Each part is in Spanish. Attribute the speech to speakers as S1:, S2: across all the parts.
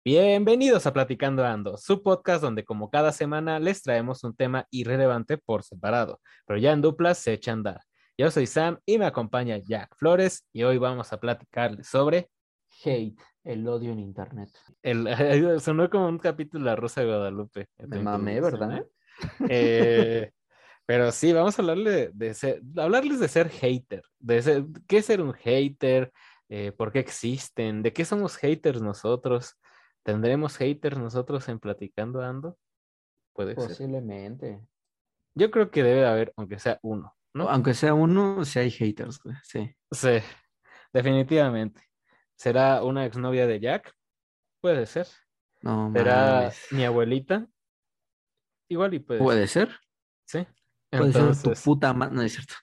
S1: Bienvenidos a Platicando Ando, su podcast donde como cada semana les traemos un tema irrelevante por separado, pero ya en duplas se echa a andar. Yo soy Sam y me acompaña Jack Flores y hoy vamos a platicarles sobre
S2: Hate, el odio en internet.
S1: sonó como un capítulo de La Rosa de Guadalupe en tu
S2: Me mamé,
S1: introducción,
S2: ¿verdad?
S1: ¿eh? Eh, pero sí, vamos a hablarles de ser hater, qué es ser un hater, por qué existen, de qué somos haters nosotros. ¿Tendremos haters nosotros en Platicando Ando? Puede ser.
S2: Posiblemente.
S1: Yo creo que debe haber, aunque sea uno, ¿no?
S2: Aunque sea uno, sí hay haters, güey. Sí.
S1: Sí, definitivamente. ¿Será una exnovia de Jack? Puede ser.
S2: No
S1: ¿Será
S2: mames.
S1: mi abuelita? Igual y puede ser.
S2: Puede ser.
S1: Sí.
S2: Puede ser tu
S1: Entonces,
S2: puta madre. No es cierto.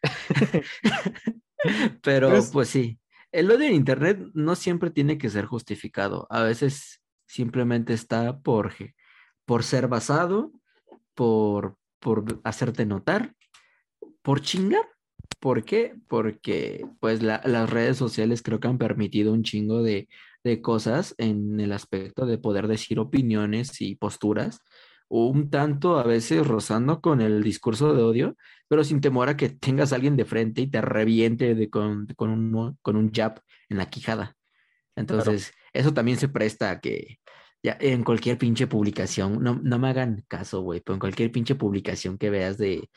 S2: Pero
S1: pues,
S2: pues sí. El odio en internet no siempre tiene que ser justificado. A veces simplemente está por ser basado, por hacerte notar, por chingar. ¿Por qué? Porque pues las redes sociales creo que han permitido un chingo de cosas en el aspecto de poder decir opiniones y posturas, un tanto a veces rozando con el discurso de odio, pero sin temor a que tengas a alguien de frente y te reviente con un jab en la quijada.
S1: claro.
S2: Entonces, eso también se presta a que ya en cualquier pinche publicación, no me hagan caso, güey, pero en cualquier pinche publicación que veas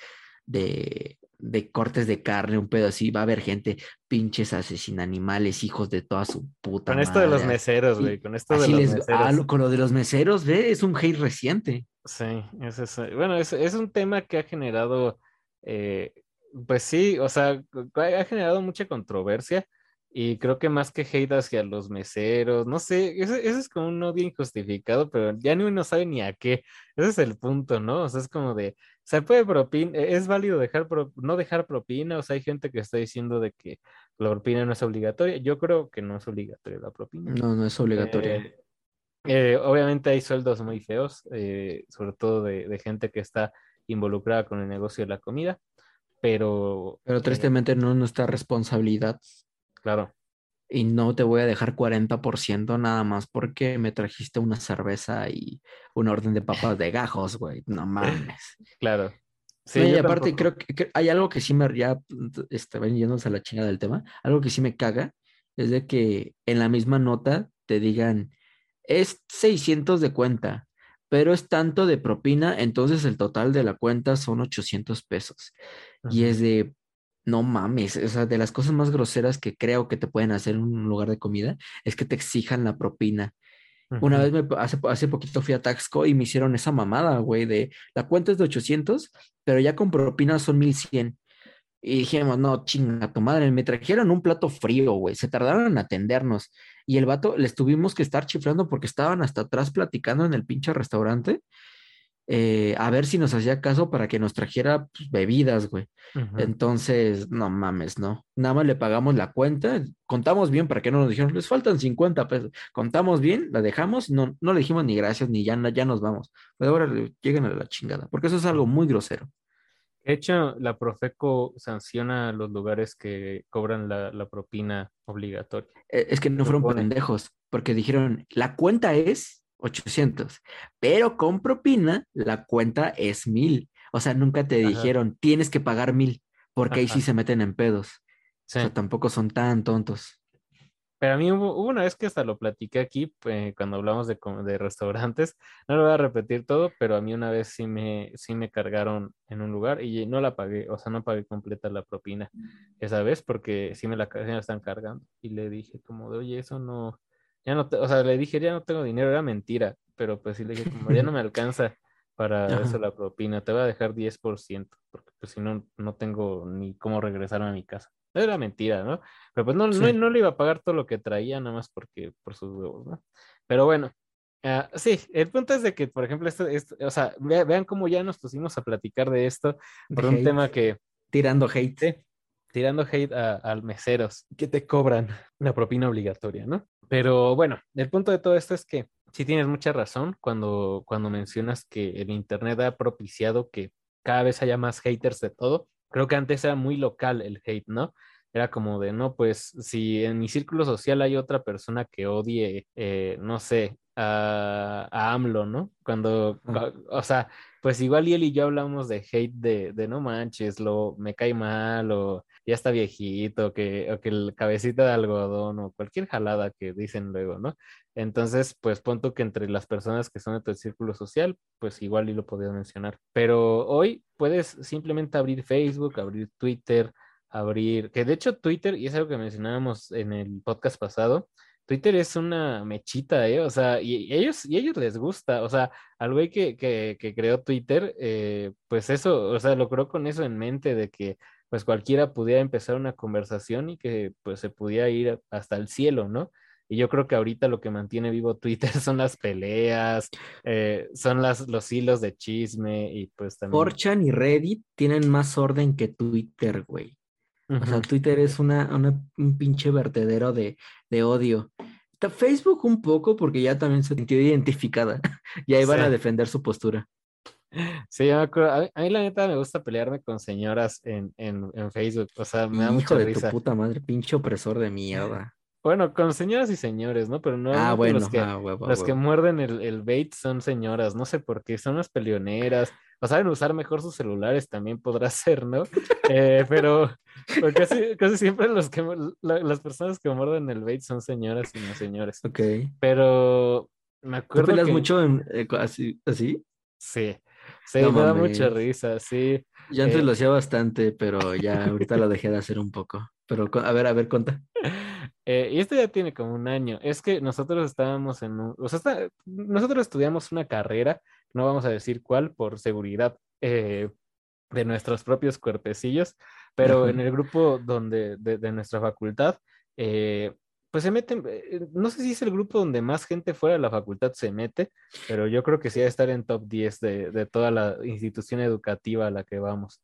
S2: de cortes de carne, un pedo así, va a haber gente, pinches asesinan animales, hijos de toda su puta
S1: Con esto de los
S2: madre.
S1: meseros, güey,
S2: Y
S1: con esto de
S2: así
S1: los
S2: les,
S1: meseros.
S2: con lo de los meseros, ve, es un hate reciente.
S1: Sí, bueno, es un tema que ha generado, eh, pues sí, o sea, ha generado mucha controversia y creo que más que hate hacia los meseros, no sé, eso es como un odio injustificado, pero ya ni uno sabe ni a qué, ese es el punto, ¿no? O sea, es como de, se puede propina, es válido no dejar propina, o sea, hay gente que está diciendo de que la propina no es obligatoria, yo creo que no es obligatoria la propina.
S2: No, no es obligatoria.
S1: Eh, Obviamente hay sueldos muy feos, sobre todo de gente que está involucrada con el negocio de la comida, pero
S2: Pero tristemente no es nuestra responsabilidad
S1: claro,
S2: y no te voy a dejar 40% nada más porque me trajiste una cerveza y una orden de papas de gajos, güey. No mames.
S1: claro.
S2: No,
S1: Sí,
S2: y
S1: yo
S2: aparte
S1: tampoco.
S2: creo que hay algo que sí ven yéndose a la chingada del tema, algo que sí me caga es de que en la misma nota te digan, es 600 de cuenta, pero es tanto de propina, entonces el total de la cuenta son 800 pesos. Y
S1: Ujú,
S2: es de, no mames, o sea, de las cosas más groseras que creo que te pueden hacer en un lugar de comida es que te exijan la propina. Una
S1: ujú.
S2: vez hace poquito fui a Taxco y me hicieron esa mamada, güey, de la cuenta es de 800 pero ya con propina son 1100. Y dijimos, no, chinga tu madre, me trajeron un plato frío, güey, se tardaron en atendernos. Y el vato les tuvimos que estar chiflando porque estaban hasta atrás platicando en el pinche restaurante, a ver si nos hacía caso para que nos trajera pues, bebidas, güey.
S1: Ujú.
S2: Entonces, no mames, no. Nada más le pagamos la cuenta, contamos bien para que no nos dijeron, les faltan 50 pesos. Contamos bien, la dejamos, no le dijimos ni gracias, ni ya, ya nos vamos. Pero ahora lleguen a la chingada, porque eso es algo muy grosero.
S1: De hecho, la Profeco sanciona a los lugares que cobran la propina obligatoria.
S2: Es que no
S1: Lo
S2: fueron
S1: pone.
S2: pendejos, porque dijeron, la cuenta es 800 pero con propina la cuenta es 1000. O sea, nunca te
S1: Ajá,
S2: dijeron, tienes que pagar 1000, porque ahí sí
S1: ajá.
S2: se meten en pedos. O
S1: Sí.
S2: sea, tampoco son tan tontos.
S1: Pero a mí hubo una vez que hasta lo platiqué aquí, cuando hablamos de restaurantes. No lo voy a repetir todo, pero a mí una vez sí me cargaron en un lugar y no la pagué, o sea, no pagué completa la propina esa vez porque sí me la están cargando. Y le dije como de, oye, eso no, ya no, o sea, le dije, ya no tengo dinero, era mentira, pero pues sí le dije como, ya no me alcanza para eso
S2: Ajá.
S1: la propina, te voy a dejar 10% porque pues si no, no tengo ni cómo regresar a mi casa. Era mentira, ¿no? Pero pues
S2: Sí.
S1: no le iba a pagar todo lo que traía, nada más porque, por sus huevos, ¿no? Pero bueno, sí, el punto es de que, por ejemplo, o sea, vean cómo ya nos pusimos a platicar de esto
S2: De
S1: por un tema
S2: hate,
S1: que,
S2: tirando hate.
S1: sí, tirando hate al meseros que te cobran la propina obligatoria, ¿no? Pero bueno, el punto de todo esto es que sí tienes mucha razón cuando mencionas que el internet ha propiciado que cada vez haya más haters de todo. Creo que antes era muy local el hate, ¿no? era como de, no, pues si en mi círculo social hay otra persona que odie, no sé, a AMLO, ¿no?
S2: Ajá.
S1: O sea, pues igual y él y yo hablamos de hate de no manches, me cae mal, o ya está viejito, o que el cabecita de algodón, o cualquier jalada que dicen luego, ¿no? Entonces, pues pon tú que entre las personas que son de tu círculo social, pues igual y lo podías mencionar. Pero hoy puedes simplemente abrir Facebook, abrir Twitter, que de hecho Twitter, y es algo que mencionábamos en el podcast pasado, Twitter es una mechita, ¿eh? O sea, y ellos les gusta, o sea, al güey que creó Twitter, pues eso, o sea, lo creó con eso en mente de que pues cualquiera pudiera empezar una conversación y que pues se pudiera ir hasta el cielo, ¿no? Y yo creo que ahorita lo que mantiene vivo Twitter son las peleas, son los hilos de chisme y pues también...
S2: 4chan y Reddit tienen más orden que Twitter, güey. O
S1: Ujú.
S2: sea, Twitter es un pinche vertedero de odio. Facebook un poco porque ya también se sintió identificada. Ya iban a
S1: Sí.
S2: defender su postura.
S1: Sí, yo me acuerdo. A mí la neta me gusta pelearme con señoras en Facebook. O sea, me da
S2: Hijo
S1: mucha
S2: de tu
S1: risa.
S2: puta madre, pinche opresor de mierda.
S1: Bueno, con señoras y señores, ¿no? Pero
S2: Ah,
S1: normalmente
S2: bueno, huevo, a
S1: los que
S2: huevo.
S1: muerden el bait son señoras. No sé por qué, son las peleoneras. O saben usar mejor sus celulares, también podrá ser, ¿no? Pero casi siempre las personas que muerden el bait son señoras y no señores.
S2: Ok.
S1: Pero me
S2: ¿Tú
S1: acuerdo
S2: peleas
S1: que
S2: mucho así, así?
S1: sí, sí,
S2: No
S1: me da mucha
S2: mames.
S1: risa, sí.
S2: Yo antes
S1: Eh,
S2: lo hacía bastante, pero ya ahorita lo dejé de hacer un poco. Pero a ver, cuenta.
S1: y esto ya tiene como un año. Es que nosotros estábamos o sea, nosotros estudiamos una carrera, no vamos a decir cuál por seguridad de nuestros propios cuerpecillos, pero
S2: Ajá.
S1: en el grupo de nuestra facultad, eh, pues se meten, no sé si es el grupo donde más gente fuera de la facultad se mete, pero yo creo que sí ha de estar en top 10 de toda la institución educativa a la que vamos.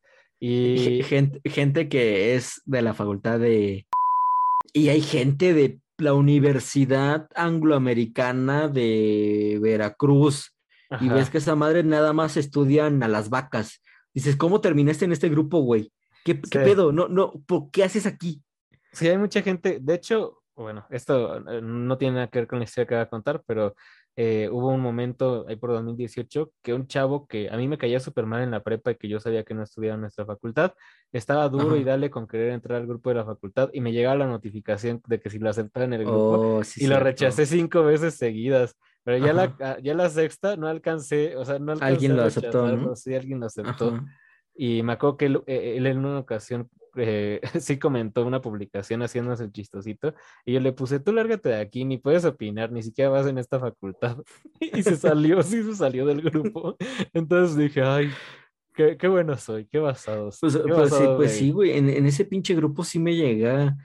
S1: Y,
S2: Gente que es de la facultad de... Y hay gente de la Universidad Angloamericana de Veracruz. Y ves
S1: ajá.
S2: que esa madre nada más estudian a las vacas. Dices, ¿cómo terminaste en este grupo, güey? ¿Qué
S1: Sí.
S2: pedo? No, no, ¿por qué haces aquí?
S1: Sí, hay mucha gente, de hecho, bueno, esto no tiene nada que ver con la historia que voy a contar, pero hubo un momento ahí por 2018 que un chavo que a mí me caía súper mal en la prepa y que yo sabía que no estudiaba en nuestra facultad, estaba duro y
S2: Ajá.
S1: dale con querer entrar al grupo de la facultad y me llegaba la notificación de que si lo aceptaba en el grupo
S2: Oh, sí,
S1: y lo rechacé
S2: cierto.
S1: 5 veces seguidas, pero
S2: Ajá.
S1: ya la sexta no alcancé, o sea, no alcancé
S2: Alguien
S1: a
S2: lo aceptó,
S1: rechazarlo,
S2: ¿no?
S1: sí, alguien lo aceptó.
S2: Ajá.
S1: Y me acuerdo que él en una ocasión sí comentó una publicación haciéndose el chistosito y yo le puse, tú lárgate de aquí, ni puedes opinar, ni siquiera vas en esta facultad. Y se salió, sí se salió del grupo. Entonces dije, ay, qué bueno soy, qué basado
S2: Pues
S1: me
S2: sí,
S1: vi.
S2: güey, en ese pinche grupo sí me llegué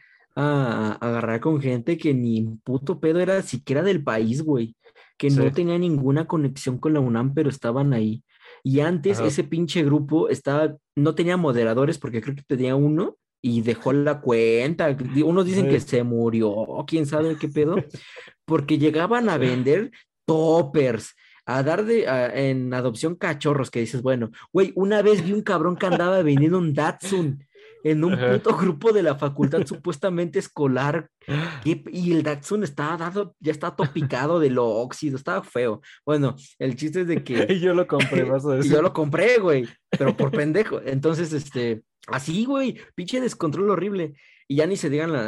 S2: a agarrar con gente que ni puto pedo era siquiera del país, güey, que
S1: Sí,
S2: no tenía ninguna conexión con la UNAM, pero estaban ahí. Y antes
S1: ajá.
S2: ese pinche grupo no tenía moderadores porque creo que tenía uno y dejó la cuenta. Unos dicen que
S1: Sí.
S2: se murió, quién sabe qué pedo, porque llegaban a vender toppers, a dar en adopción cachorros, que dices, bueno, güey, una vez vi un cabrón que andaba vendiendo un Datsun en un
S1: Ajá.
S2: puto grupo de la facultad supuestamente escolar, y el Datsun estaba dado, ya está topicado de lo óxido, estaba feo. Bueno, el chiste es de que,
S1: Y yo lo compré, vas a
S2: y yo
S1: decir.
S2: lo compré, güey, pero por pendejo. Entonces, así, güey, pinche descontrol horrible. Y ya ni se digan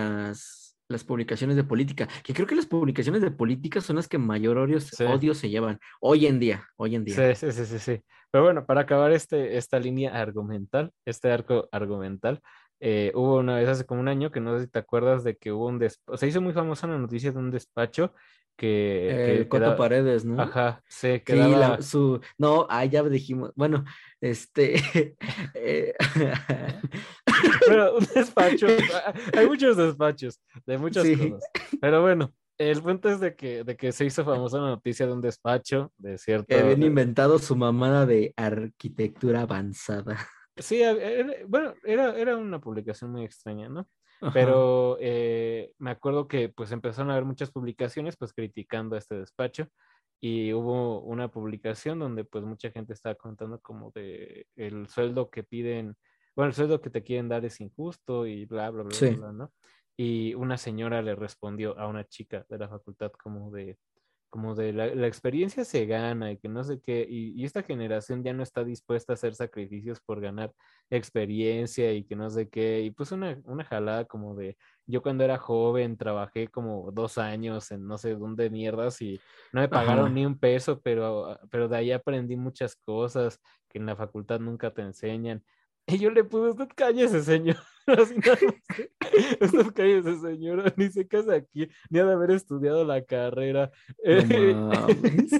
S2: las publicaciones de política, que creo que las publicaciones de política son las que mayor
S1: Sí.
S2: odio se llevan hoy en día, hoy en día.
S1: Sí, sí, sí, sí, sí. Pero bueno, para acabar esta línea argumental, este arco argumental, hubo una vez hace como un año que no sé si te acuerdas de que hubo se hizo muy famosa la noticia de un despacho
S2: El
S1: que
S2: Coto
S1: daba,
S2: Paredes, ¿no?
S1: ajá, sí, que
S2: Sí,
S1: daba,
S2: no, ya dijimos, bueno, eh,
S1: bueno, un despacho, hay muchos despachos de muchas
S2: sí,
S1: cosas, pero bueno, el punto es de que se hizo famosa la noticia de un despacho, de
S2: que
S1: cierto,
S2: habían inventado su mamada de arquitectura avanzada.
S1: sí, bueno, era una publicación muy extraña, ¿no?
S2: Ajá.
S1: Pero me acuerdo que pues empezaron a haber muchas publicaciones pues criticando a este despacho y hubo una publicación donde pues mucha gente estaba contando como de el sueldo que piden bueno, el sueldo que te quieren dar es injusto y bla, bla, bla, bla,
S2: Sí.
S1: bla, ¿no? Y una señora le respondió a una chica de la facultad como de la experiencia se gana y que no sé qué, y esta generación ya no está dispuesta a hacer sacrificios por ganar experiencia y que no sé qué, y pues una jalada como de, yo cuando era joven trabajé como 2 años en no sé dónde mierdas y no me pagaron
S2: Ajá.
S1: ni un peso, pero de ahí aprendí muchas cosas que en la facultad nunca te enseñan. Y yo le puse, usted cállese, señor. Así nada más. Usted cállese, señora. Ni se casa aquí, ni ha de haber estudiado la carrera.
S2: No
S1: Eh,
S2: mames.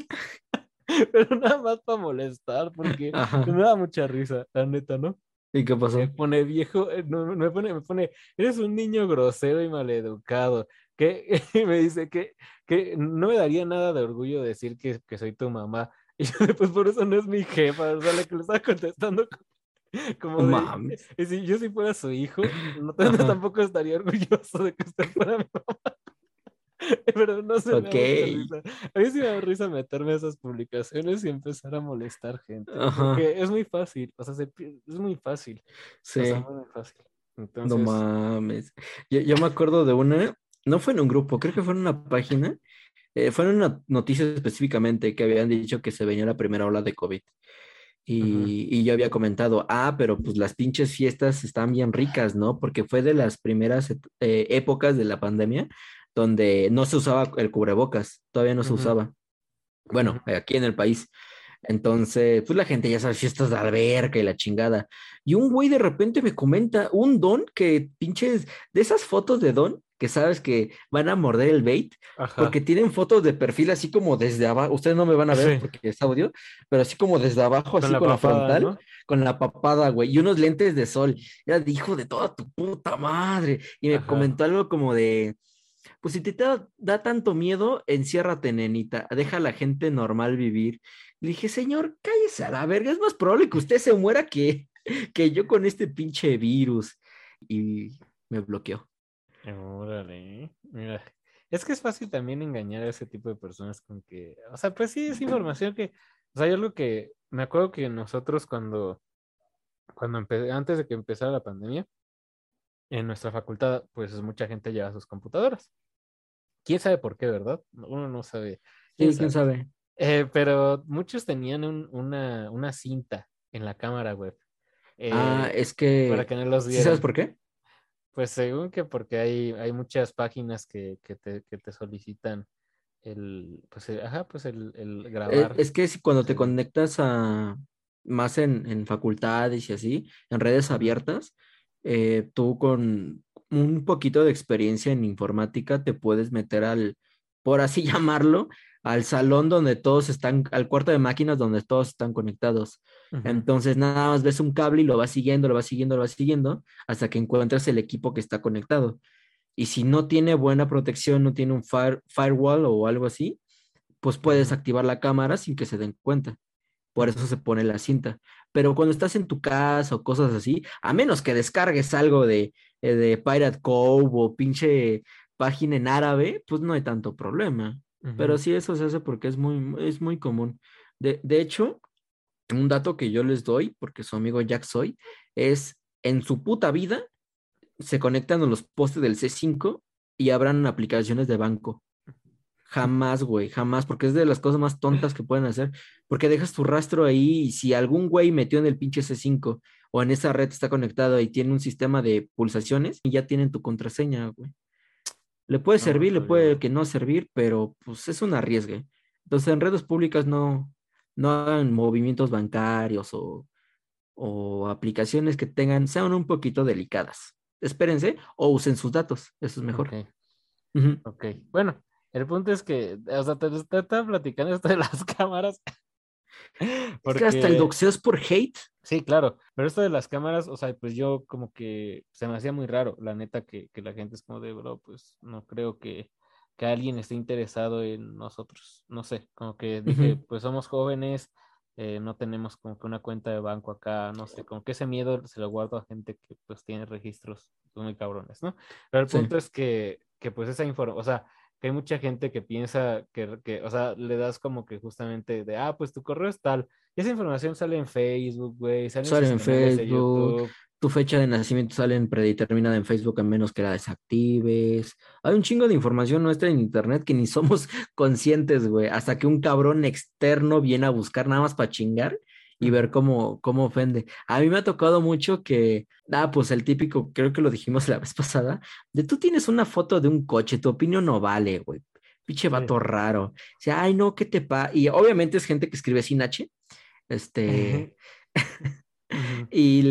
S1: pero nada más para molestar, porque
S2: Ajá.
S1: me da mucha risa, la neta, ¿no?
S2: ¿Y qué
S1: Me
S2: pasó?
S1: pone viejo, no, me pone, eres un niño grosero y maleducado. Que y me dice que no me daría nada de orgullo decir que soy tu mamá. Y yo, pues por eso no es mi jefa, o sea, la que le estaba contestando
S2: No
S1: como de,
S2: mames.
S1: si yo si fuera su hijo, no,
S2: Ajá.
S1: tampoco estaría orgulloso de que usted fuera mi mamá, pero no se me da
S2: Ok.
S1: mucha risa. A mí sí me da risa meterme a esas publicaciones y empezar a molestar gente,
S2: Ajá.
S1: porque es muy fácil, o sea, es muy fácil, o sea,
S2: Sí.
S1: muy, muy fácil.
S2: No
S1: Entonces,
S2: mames. Yo me acuerdo de una, no fue en un grupo, creo que fue en una página, fue en una noticia específicamente que habían dicho que se venía la primera ola de COVID.
S1: ujú,
S2: Y yo había comentado, pero pues las pinches fiestas están bien ricas, ¿no? Porque fue de las primeras épocas de la pandemia donde no se usaba el cubrebocas, todavía no se
S1: ujú,
S2: usaba.
S1: ujú.
S2: Bueno, aquí en el país. Entonces, pues la gente ya sabe fiestas de alberca y la chingada. Y un güey de repente me comenta, un don que pinches, de esas fotos de don, que sabes que van a morder el bait,
S1: Ajá,
S2: porque tienen fotos de perfil así como desde abajo, ustedes no me van a ver
S1: sí,
S2: porque es audio, pero así como desde abajo,
S1: con
S2: así
S1: la
S2: con la
S1: papada,
S2: frontal,
S1: ¿no?
S2: con la papada, güey, y unos lentes de sol. Ya dijo de toda tu puta madre. Y me
S1: Ajá.
S2: comentó algo como de, pues si da tanto miedo, enciérrate, nenita, deja a la gente normal vivir. Le dije, señor, cállese a la verga, es más probable que usted se muera que yo con este pinche virus. Y me bloqueó.
S1: Órale, mira, es que es fácil también engañar a ese tipo de personas con que, o sea, pues sí, es información que, o sea, hay algo que, me acuerdo que nosotros antes de que empezara la pandemia, en nuestra facultad, pues mucha gente lleva sus computadoras. ¿Quién sabe por qué, verdad? Uno no sabe, quién
S2: Sí, quién
S1: sabe.
S2: sabe.
S1: Pero muchos tenían una cinta en la cámara web
S2: Es
S1: para
S2: que,
S1: que no los
S2: ¿sí sabes
S1: vieran.
S2: por qué?
S1: Pues según que porque hay muchas páginas que te solicitan el grabar
S2: Es que si cuando te
S1: ese.
S2: conectas a más en facultades y así, en redes
S1: Ujú,
S2: abiertas, tú con un poquito de experiencia en informática te puedes meter por así llamarlo, al salón donde todos están, al cuarto de máquinas donde todos están conectados.
S1: ujú,
S2: Entonces nada más ves un cable y lo vas siguiendo, lo vas siguiendo, lo vas siguiendo, hasta que encuentras el equipo que está conectado. Y si no tiene buena protección, no tiene un firewall o algo así, pues puedes
S1: ujú,
S2: activar la cámara sin que se den cuenta. Por eso se pone la cinta. Pero cuando estás en tu casa o cosas así, a menos que descargues algo de Pirate Cove o pinche página en árabe, pues no hay tanto problema. Pero
S1: ujú,
S2: sí, eso se hace porque es muy común. De hecho, un dato que yo les doy, porque su amigo Jack soy, es en su puta vida se conectan a los postes del C5 y abran aplicaciones de banco. Jamás, güey, jamás, porque es de las cosas más tontas que pueden hacer, porque dejas tu rastro ahí y si algún güey metió en el pinche C5 o en esa red está conectado y tiene un sistema de pulsaciones, y ya tienen tu contraseña, güey. Le puede
S1: no lo
S2: servir, le
S1: sabía.
S2: puede que no servir, pero pues es un arriesgue. Entonces en redes públicas no hagan movimientos bancarios o aplicaciones que sean un poquito delicadas. Espérense o usen sus datos, eso es mejor.
S1: Ok,
S2: Ujú.
S1: ok. Bueno, el punto es que, o sea, te estaba platicando esto de las cámaras,
S2: Es que hasta el
S1: porque
S2: doxeo es por hate.
S1: sí, claro, pero esto de las cámaras, o sea, pues yo como que se me hacía muy raro, la neta, que la gente es como de, bro, pues no creo que alguien esté interesado en nosotros, no sé, como que dije,
S2: Ujú.
S1: pues somos jóvenes, no tenemos como que una cuenta de banco acá, no sé, como que ese miedo se lo guardo a gente que pues tiene registros muy cabrones, ¿no? Pero el
S2: Sí.
S1: punto es que pues esa información, o sea, que hay mucha gente que piensa o sea, le das como que justamente de, pues tu correo es tal. Y esa información sale en Facebook, güey, salen
S2: Sale
S1: sus
S2: en
S1: canales de
S2: Facebook,
S1: YouTube.
S2: Tu fecha de nacimiento sale en predeterminada en Facebook a menos que la desactives. Hay un chingo de información nuestra en internet que ni somos conscientes, güey, hasta que un cabrón externo viene a buscar nada más para chingar y ver
S1: Ujú.
S2: cómo ofende. A mí me ha tocado mucho que, pues el típico, creo que lo dijimos la vez pasada, de tú tienes una foto de un coche, tu opinión no vale, güey. Pinche
S1: Sí.
S2: vato raro. O sea, ay, no, ¿qué te pasa? Y obviamente es gente que escribe sin H, este,
S1: Ujú.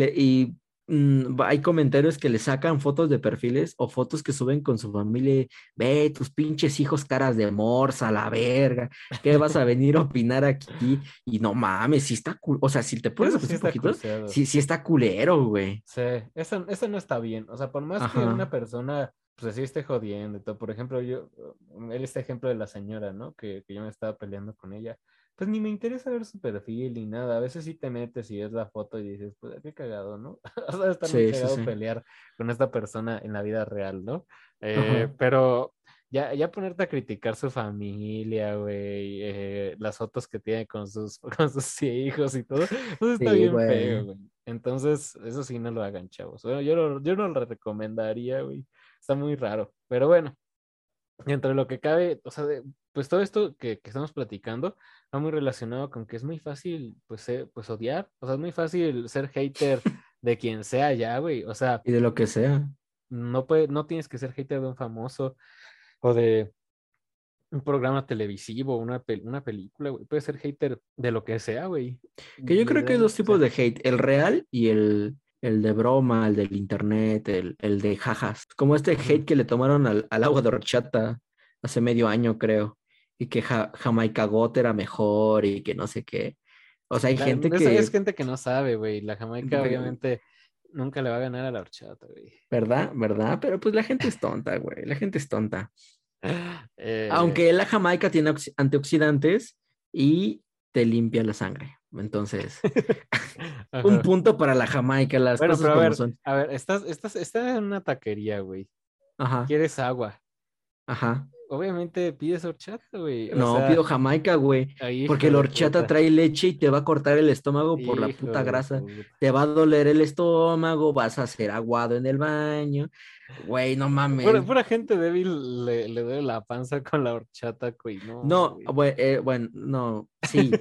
S2: hay comentarios que le sacan fotos de perfiles o fotos que suben con su familia. Ve, tus pinches hijos caras de morsa, la verga. ¿Qué vas a venir a opinar aquí? Y no mames, si está o sea, si te pones
S1: Eso
S2: a
S1: sí
S2: pensar un
S1: está
S2: poquito,
S1: curseado.
S2: sí está culero, güey.
S1: Sí, eso no está bien. O sea, por más que una
S2: Ajá,
S1: persona, pues así esté jodiendo y todo. Por ejemplo, este ejemplo de la señora, ¿no? Que yo me estaba peleando con ella. Pues ni me interesa ver su perfil ni nada. A veces sí te metes y ves la foto y dices, pues qué cagado, ¿no? O sea, estar muy
S2: sí, sí,
S1: cagado
S2: sí.
S1: pelear con esta persona en la vida real, ¿no?
S2: Ajá,
S1: Pero ya ponerte a criticar su familia, güey, las fotos que tiene con con sus hijos y todo, eso está
S2: sí,
S1: bien feo,
S2: güey.
S1: güey. Entonces, eso sí no lo hagan, chavos. Bueno, yo no lo recomendaría, güey. Está muy raro. Pero bueno, dentro de lo que cabe, o sea, pues todo esto que estamos platicando va muy relacionado con que es muy fácil, pues, pues odiar. O sea, es muy fácil ser hater de quien sea ya, güey. O sea,
S2: Y de lo que sea.
S1: no tienes que ser hater de un famoso o de un programa televisivo, una película, güey. Puedes ser hater de lo que sea, güey.
S2: Que yo creo que hay dos
S1: Literalmente
S2: tipos
S1: sea.
S2: de hate, el real y el de broma, el del internet, el de jajas. Como este
S1: Ujú.
S2: hate que le tomaron al agua de horchata hace medio año, creo, y que Jamaica Got era mejor y que no sé qué. O sea, hay gente
S1: Esa es
S2: que,
S1: gente que no sabe, güey. La Jamaica obviamente nunca le va a ganar a la horchata, güey.
S2: ¿verdad? ¿Verdad? Pero pues la gente es tonta, güey, la gente es tonta.
S1: Eh,
S2: Aunque la Jamaica tiene antioxidantes y te limpia la sangre. Entonces, un
S1: Ajá.
S2: punto para la Jamaica, las
S1: Bueno,
S2: cosas
S1: pero
S2: como son.
S1: a ver, estás en una taquería, güey.
S2: Ajá,
S1: ¿Quieres agua?
S2: ajá.
S1: Obviamente pides horchata, güey. O
S2: No, pido
S1: sea,
S2: Jamaica, güey,
S1: hijo
S2: porque la
S1: de
S2: horchata
S1: puta.
S2: trae leche y te va a cortar el estómago por la
S1: Hijo
S2: puta
S1: de
S2: grasa.
S1: puta.
S2: Te va a doler el estómago, vas a hacer aguado en el baño. Güey, no mames.
S1: Pura gente débil le duele la panza con la horchata, güey. No,
S2: No,
S1: güey.
S2: bueno, no, sí.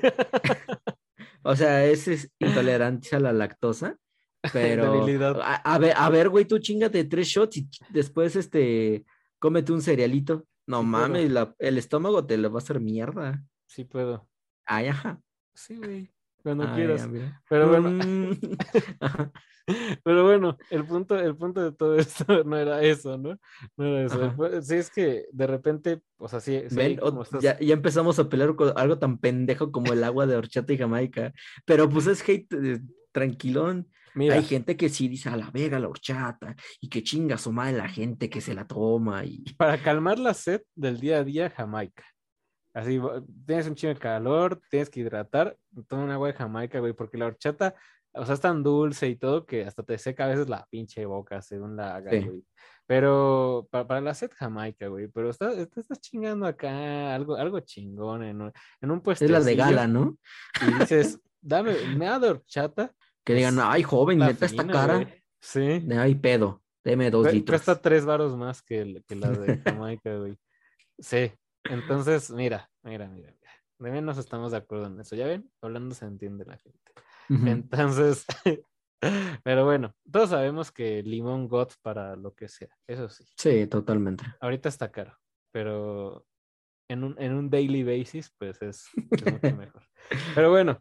S2: O sea, ese es intolerancia a la lactosa, pero
S1: Debilidad.
S2: a ver, güey, tú chingate 3 shots y después, cómete un cerealito. No
S1: Sí puedo.
S2: mames, el estómago te lo va a hacer mierda.
S1: Sí puedo.
S2: Ay, ajá.
S1: Sí, güey. Cuando
S2: Ay, ya,
S1: quieras.
S2: mira.
S1: Pero bueno.
S2: Ajá,
S1: Pero bueno, el punto de todo esto no era eso, ¿no? No era eso.
S2: ajá.
S1: Sí, es que de repente, o sea, sí hay
S2: Ven,
S1: como estas.
S2: ya empezamos a pelear con algo tan pendejo como el agua de horchata y Jamaica. Pero pues es hate tranquilón. Hay
S1: Mira,
S2: gente que sí dice a la verga la horchata y que chinga su madre la gente que se la toma y
S1: para calmar la sed del día a día, Jamaica. Así, tienes un chingo de calor, tienes que hidratar, toma un agua de Jamaica, güey, porque la horchata, o sea, es tan dulce y todo que hasta te seca a veces la pinche boca según la hagas,
S2: sí,
S1: güey. Pero para la sed Jamaica, güey, pero estás chingando acá algo chingón en un
S2: es la de
S1: puestecillo
S2: gala, ¿no?
S1: y dices, me da de horchata,
S2: Que digan,
S1: pues
S2: ay, joven,
S1: está
S2: neta esta
S1: fina, güey.
S2: cara,
S1: Sí,
S2: de ay, pedo, deme 2 litros.
S1: cuesta 3 varos más que la de Jamaica, güey. Sí, entonces, mira. De menos estamos de acuerdo en eso. ¿Ya ven? Hablando se entiende la gente.
S2: Ujú.
S1: Entonces, pero bueno, todos sabemos que limón got para lo que sea. Eso sí,
S2: Sí, totalmente.
S1: ahorita está caro, pero en un daily basis, pues es mucho mejor. Pero bueno,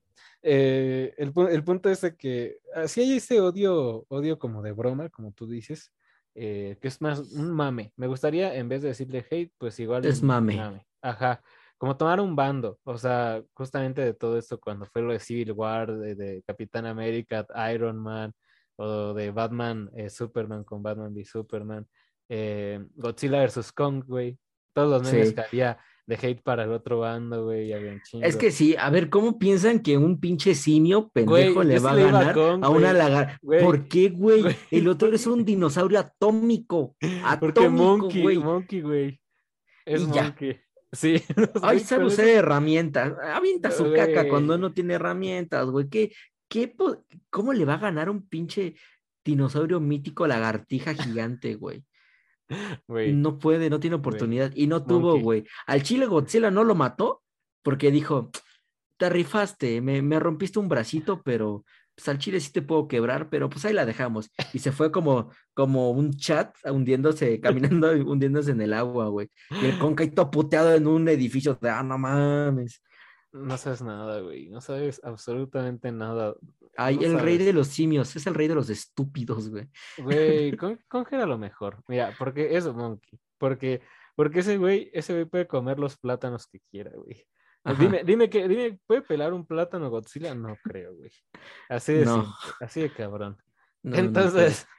S1: el punto es de que si hay ese odio como de broma, como tú dices, que es más un mame. Me gustaría, en vez de decirle hate, pues igual
S2: Es
S1: un
S2: mame.
S1: mame. Ajá. Como tomar un bando, o sea, justamente de todo esto, cuando fue lo de Civil War, de Capitán América, Iron Man, o de Batman, Superman con Batman v Superman, Godzilla versus Kong, güey. Todos los memes
S2: Sí.
S1: que había de hate para el otro bando, güey, había un
S2: Es
S1: chingo.
S2: que sí, a ver, ¿cómo piensan que un pinche simio pendejo
S1: Güey,
S2: le
S1: yo sí
S2: va a
S1: le iba a
S2: ganar
S1: Kong,
S2: a una
S1: güey.
S2: lagartija?
S1: Güey,
S2: ¿Por qué, güey?
S1: güey,
S2: El otro es
S1: porque,
S2: un dinosaurio atómico.
S1: porque
S2: Atómico,
S1: Monkey,
S2: güey.
S1: Monkey, güey. Es
S2: Y ya.
S1: Monkey. Sí,
S2: Ay,
S1: güey,
S2: sabe
S1: con
S2: usar
S1: eso,
S2: herramientas. Avienta su caca cuando
S1: güey.
S2: no tiene herramientas, güey. ¿Cómo le va a ganar un pinche? dinosaurio mítico lagartija gigante, güey.
S1: Güey,
S2: No puede, no tiene
S1: güey.
S2: oportunidad. Y no tuvo,
S1: Monkey.
S2: güey. Al chile Godzilla no lo mató porque dijo, te rifaste, me rompiste un bracito, pero pues al chile sí te puedo quebrar, pero pues ahí la dejamos. Y se fue como un chat hundiéndose, caminando, hundiéndose en el agua, güey. Y el Conca ahí todo puteado en un edificio de, no mames.
S1: No sabes nada, güey. No sabes absolutamente nada.
S2: Ay,
S1: No
S2: el rey de
S1: sabes.
S2: los simios, es el rey de los estúpidos, güey.
S1: Güey, congela lo mejor. Mira, porque eso, Monkey. Porque ese güey puede comer los plátanos que quiera, güey.
S2: Ajá,
S1: Dime, ¿puede pelar un plátano Godzilla? No creo, güey. Así de
S2: no,
S1: simple, así de cabrón.
S2: no puede.
S1: Entonces,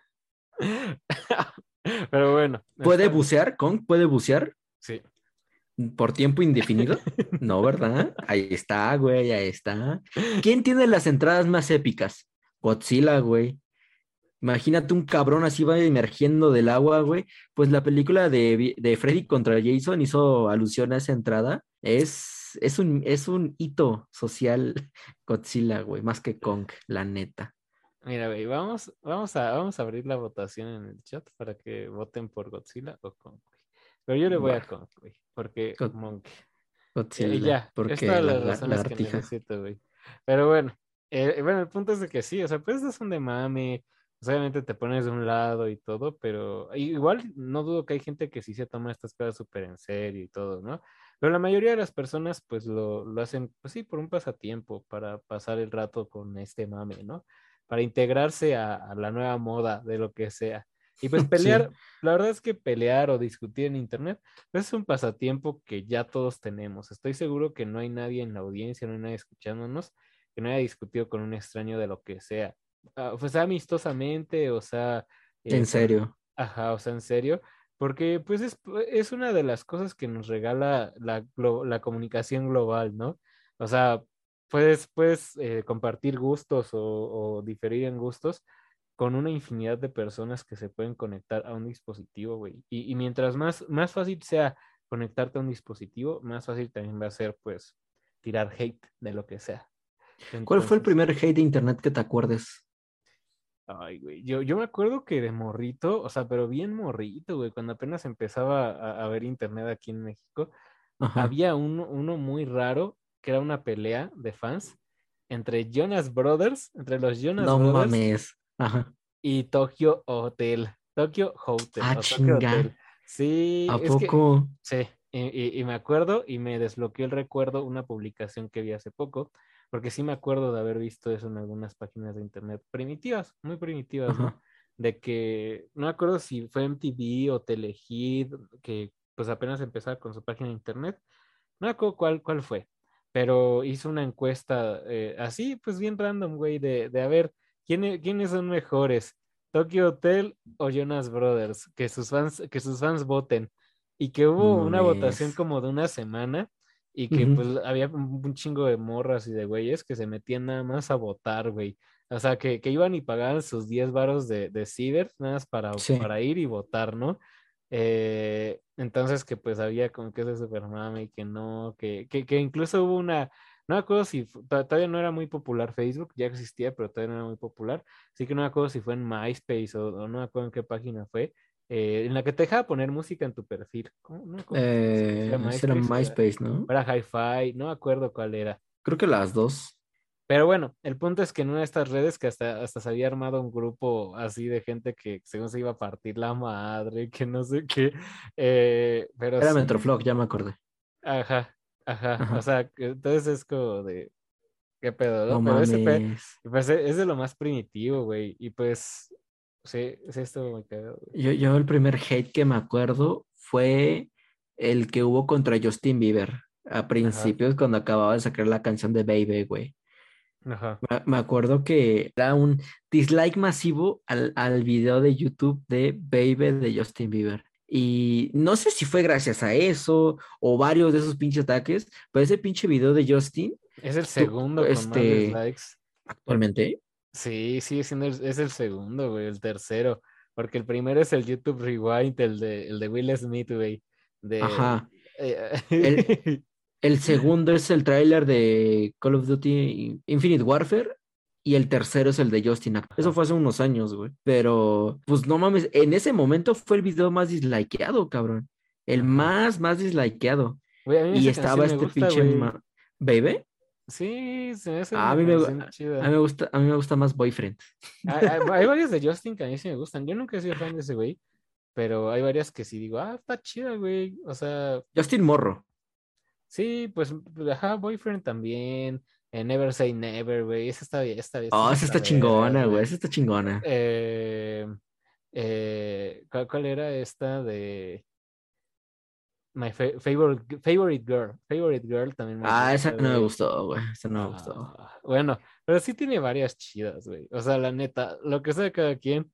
S1: pero bueno,
S2: ¿Puede
S1: está bien.
S2: bucear, Kong? ¿Puede bucear
S1: Sí.
S2: por tiempo indefinido? No, ¿verdad? Ahí está, güey, ahí está. ¿Quién tiene las entradas más épicas? Godzilla, güey. Imagínate un cabrón así va emergiendo del agua, güey. Pues la película de Freddy contra Jason hizo alusión a esa entrada. Es un hito social Godzilla, güey, más que Kong, la neta.
S1: Mira, güey, vamos a abrir la votación en el chat para que voten por Godzilla o Kong, güey. Pero yo le voy a
S2: Va,
S1: Kong, güey, porque
S2: Go-
S1: Monkey. Y
S2: Godzilla,
S1: ya, es
S2: porque
S1: todas
S2: la
S1: las razones que
S2: lagartija.
S1: necesito, güey. Pero bueno, el punto es de que sí, o sea, pues es un de mame, pues, obviamente te pones de un lado y todo, pero igual no dudo que hay gente que sí se toma estas cosas súper en serio y todo, ¿no? Pero la mayoría de las personas pues lo hacen, pues sí, por un pasatiempo, para pasar el rato con este mame, ¿no? Para integrarse a la nueva moda de lo que sea. Y pues
S2: Sí,
S1: pelear, la verdad es que pelear o discutir en internet es un pasatiempo que ya todos tenemos. Estoy seguro que no hay nadie en la audiencia, no hay nadie escuchándonos que no haya discutido con un extraño de lo que sea. Pues sea amistosamente, o sea,
S2: en
S1: por,
S2: serio.
S1: ajá, o sea, en serio, porque pues es una de las cosas que nos regala la comunicación global, ¿no? O sea, puedes compartir gustos o diferir en gustos con una infinidad de personas que se pueden conectar a un dispositivo, güey. Y mientras más fácil sea conectarte a un dispositivo, más fácil también va a ser, pues, tirar hate de lo que sea.
S2: ¿Cuál fue el
S1: Entonces,
S2: primer hate de internet que te acuerdes?
S1: ay, güey, yo me acuerdo que de morrito, o sea, pero bien morrito, güey, cuando apenas empezaba a ver internet aquí en México,
S2: Ajá.
S1: había uno muy raro, que era una pelea de fans entre los Jonas
S2: No
S1: Brothers
S2: mames. Ajá.
S1: y Tokyo Hotel
S2: Ah,
S1: o Tokyo
S2: chinga.
S1: Hotel. Sí,
S2: ¿A
S1: es que,
S2: poco?
S1: sí, y me acuerdo y me desbloqueó el recuerdo una publicación que vi hace poco, porque sí me acuerdo de haber visto eso en algunas páginas de internet primitivas, muy primitivas, ¿no?
S2: Ajá.
S1: De que, no me acuerdo si fue MTV o Telehit, que pues apenas empezaba con su página de internet, no me acuerdo cuál fue, pero hizo una encuesta así, pues bien random, güey, de a ver, ¿quiénes son mejores? ¿Tokyo Hotel o Jonas Brothers? Que sus fans voten. Y que
S2: No
S1: hubo una votación
S2: mames.
S1: como de una semana y que
S2: Ujú.
S1: pues había un chingo de morras y de güeyes que se metían nada más a votar, güey. O sea, que iban y pagaban sus 10 varos de ciber, nada más para,
S2: Sí.
S1: para ir y votar, ¿no? Entonces que pues había como que ese super mame y que no, que incluso hubo no me acuerdo si todavía no era muy popular Facebook, ya existía, pero todavía no era muy popular, así que no me acuerdo si fue en MySpace o no me acuerdo en qué página fue, en la que te dejaba poner música en tu perfil. No me acuerdo si era
S2: Ese era
S1: MySpace
S2: MySpace, ¿no?
S1: o era Hi-Fi, no me acuerdo cuál era.
S2: Creo que las dos.
S1: Pero bueno, el punto es que en una de estas redes que hasta se había armado un grupo así de gente que según se iba a partir la madre, que no sé qué, pero
S2: Era
S1: sí,
S2: Metroflog, ya me acordé.
S1: ajá, ajá, o
S2: Ajá.
S1: sea, entonces es como de, qué pedo,
S2: No
S1: ¿no? Pero
S2: mames.
S1: pues, es de lo más primitivo, güey, y pues, sí estuvo muy cagado, güey.
S2: Yo el primer hate que me acuerdo fue el que hubo contra Justin Bieber a
S1: Ajá,
S2: principios cuando acababa de sacar la canción de Baby, güey.
S1: ajá.
S2: Me acuerdo que era un dislike masivo al video de YouTube de Baby de Justin Bieber. Y no sé si fue gracias a eso o varios de esos pinches ataques, pero ese pinche video de Justin,
S1: Es el
S2: tú,
S1: segundo con más dislikes.
S2: actualmente,
S1: Sí, sigue siendo es el segundo, güey, el tercero, porque el primero es el YouTube Rewind, el de Will Smith, güey, de...
S2: ajá, el,
S1: eh,
S2: el segundo es el tráiler de Call of Duty Infinite Warfare y el tercero es el de Justin. Eso
S1: Ajá.
S2: fue hace unos años, güey. Pero, pues no mames, en ese momento fue el video más dislikeado, cabrón. El
S1: Ajá.
S2: más dislikeado.
S1: Güey, a mí
S2: Y
S1: esa
S2: estaba
S1: canción me
S2: este
S1: gusta,
S2: pinche
S1: güey.
S2: Baby.
S1: Sí, se me hace
S2: A
S1: una
S2: mí me,
S1: canción
S2: a mí
S1: chida.
S2: me gusta, a mí me gusta más Boyfriend.
S1: Hay varias de Justin que a mí sí me gustan. Yo nunca he sido fan de ese güey, pero hay varias que sí digo, está chida, güey. O sea,
S2: Justin Morro.
S1: sí, pues, ajá, Boyfriend también. Never Say Never, güey. Esa está bien, esta
S2: Oh, esa
S1: está
S2: está
S1: vergas,
S2: chingona, güey.
S1: güey.
S2: Esa está chingona.
S1: ¿Cuál era esta de favorite girl? Favorite Girl también me
S2: Ah, esa
S1: gusta,
S2: no me
S1: güey.
S2: gustó, güey. Esa no me gustó.
S1: Bueno, pero sí tiene varias chidas, güey. O sea, la neta, lo que sea de cada quien,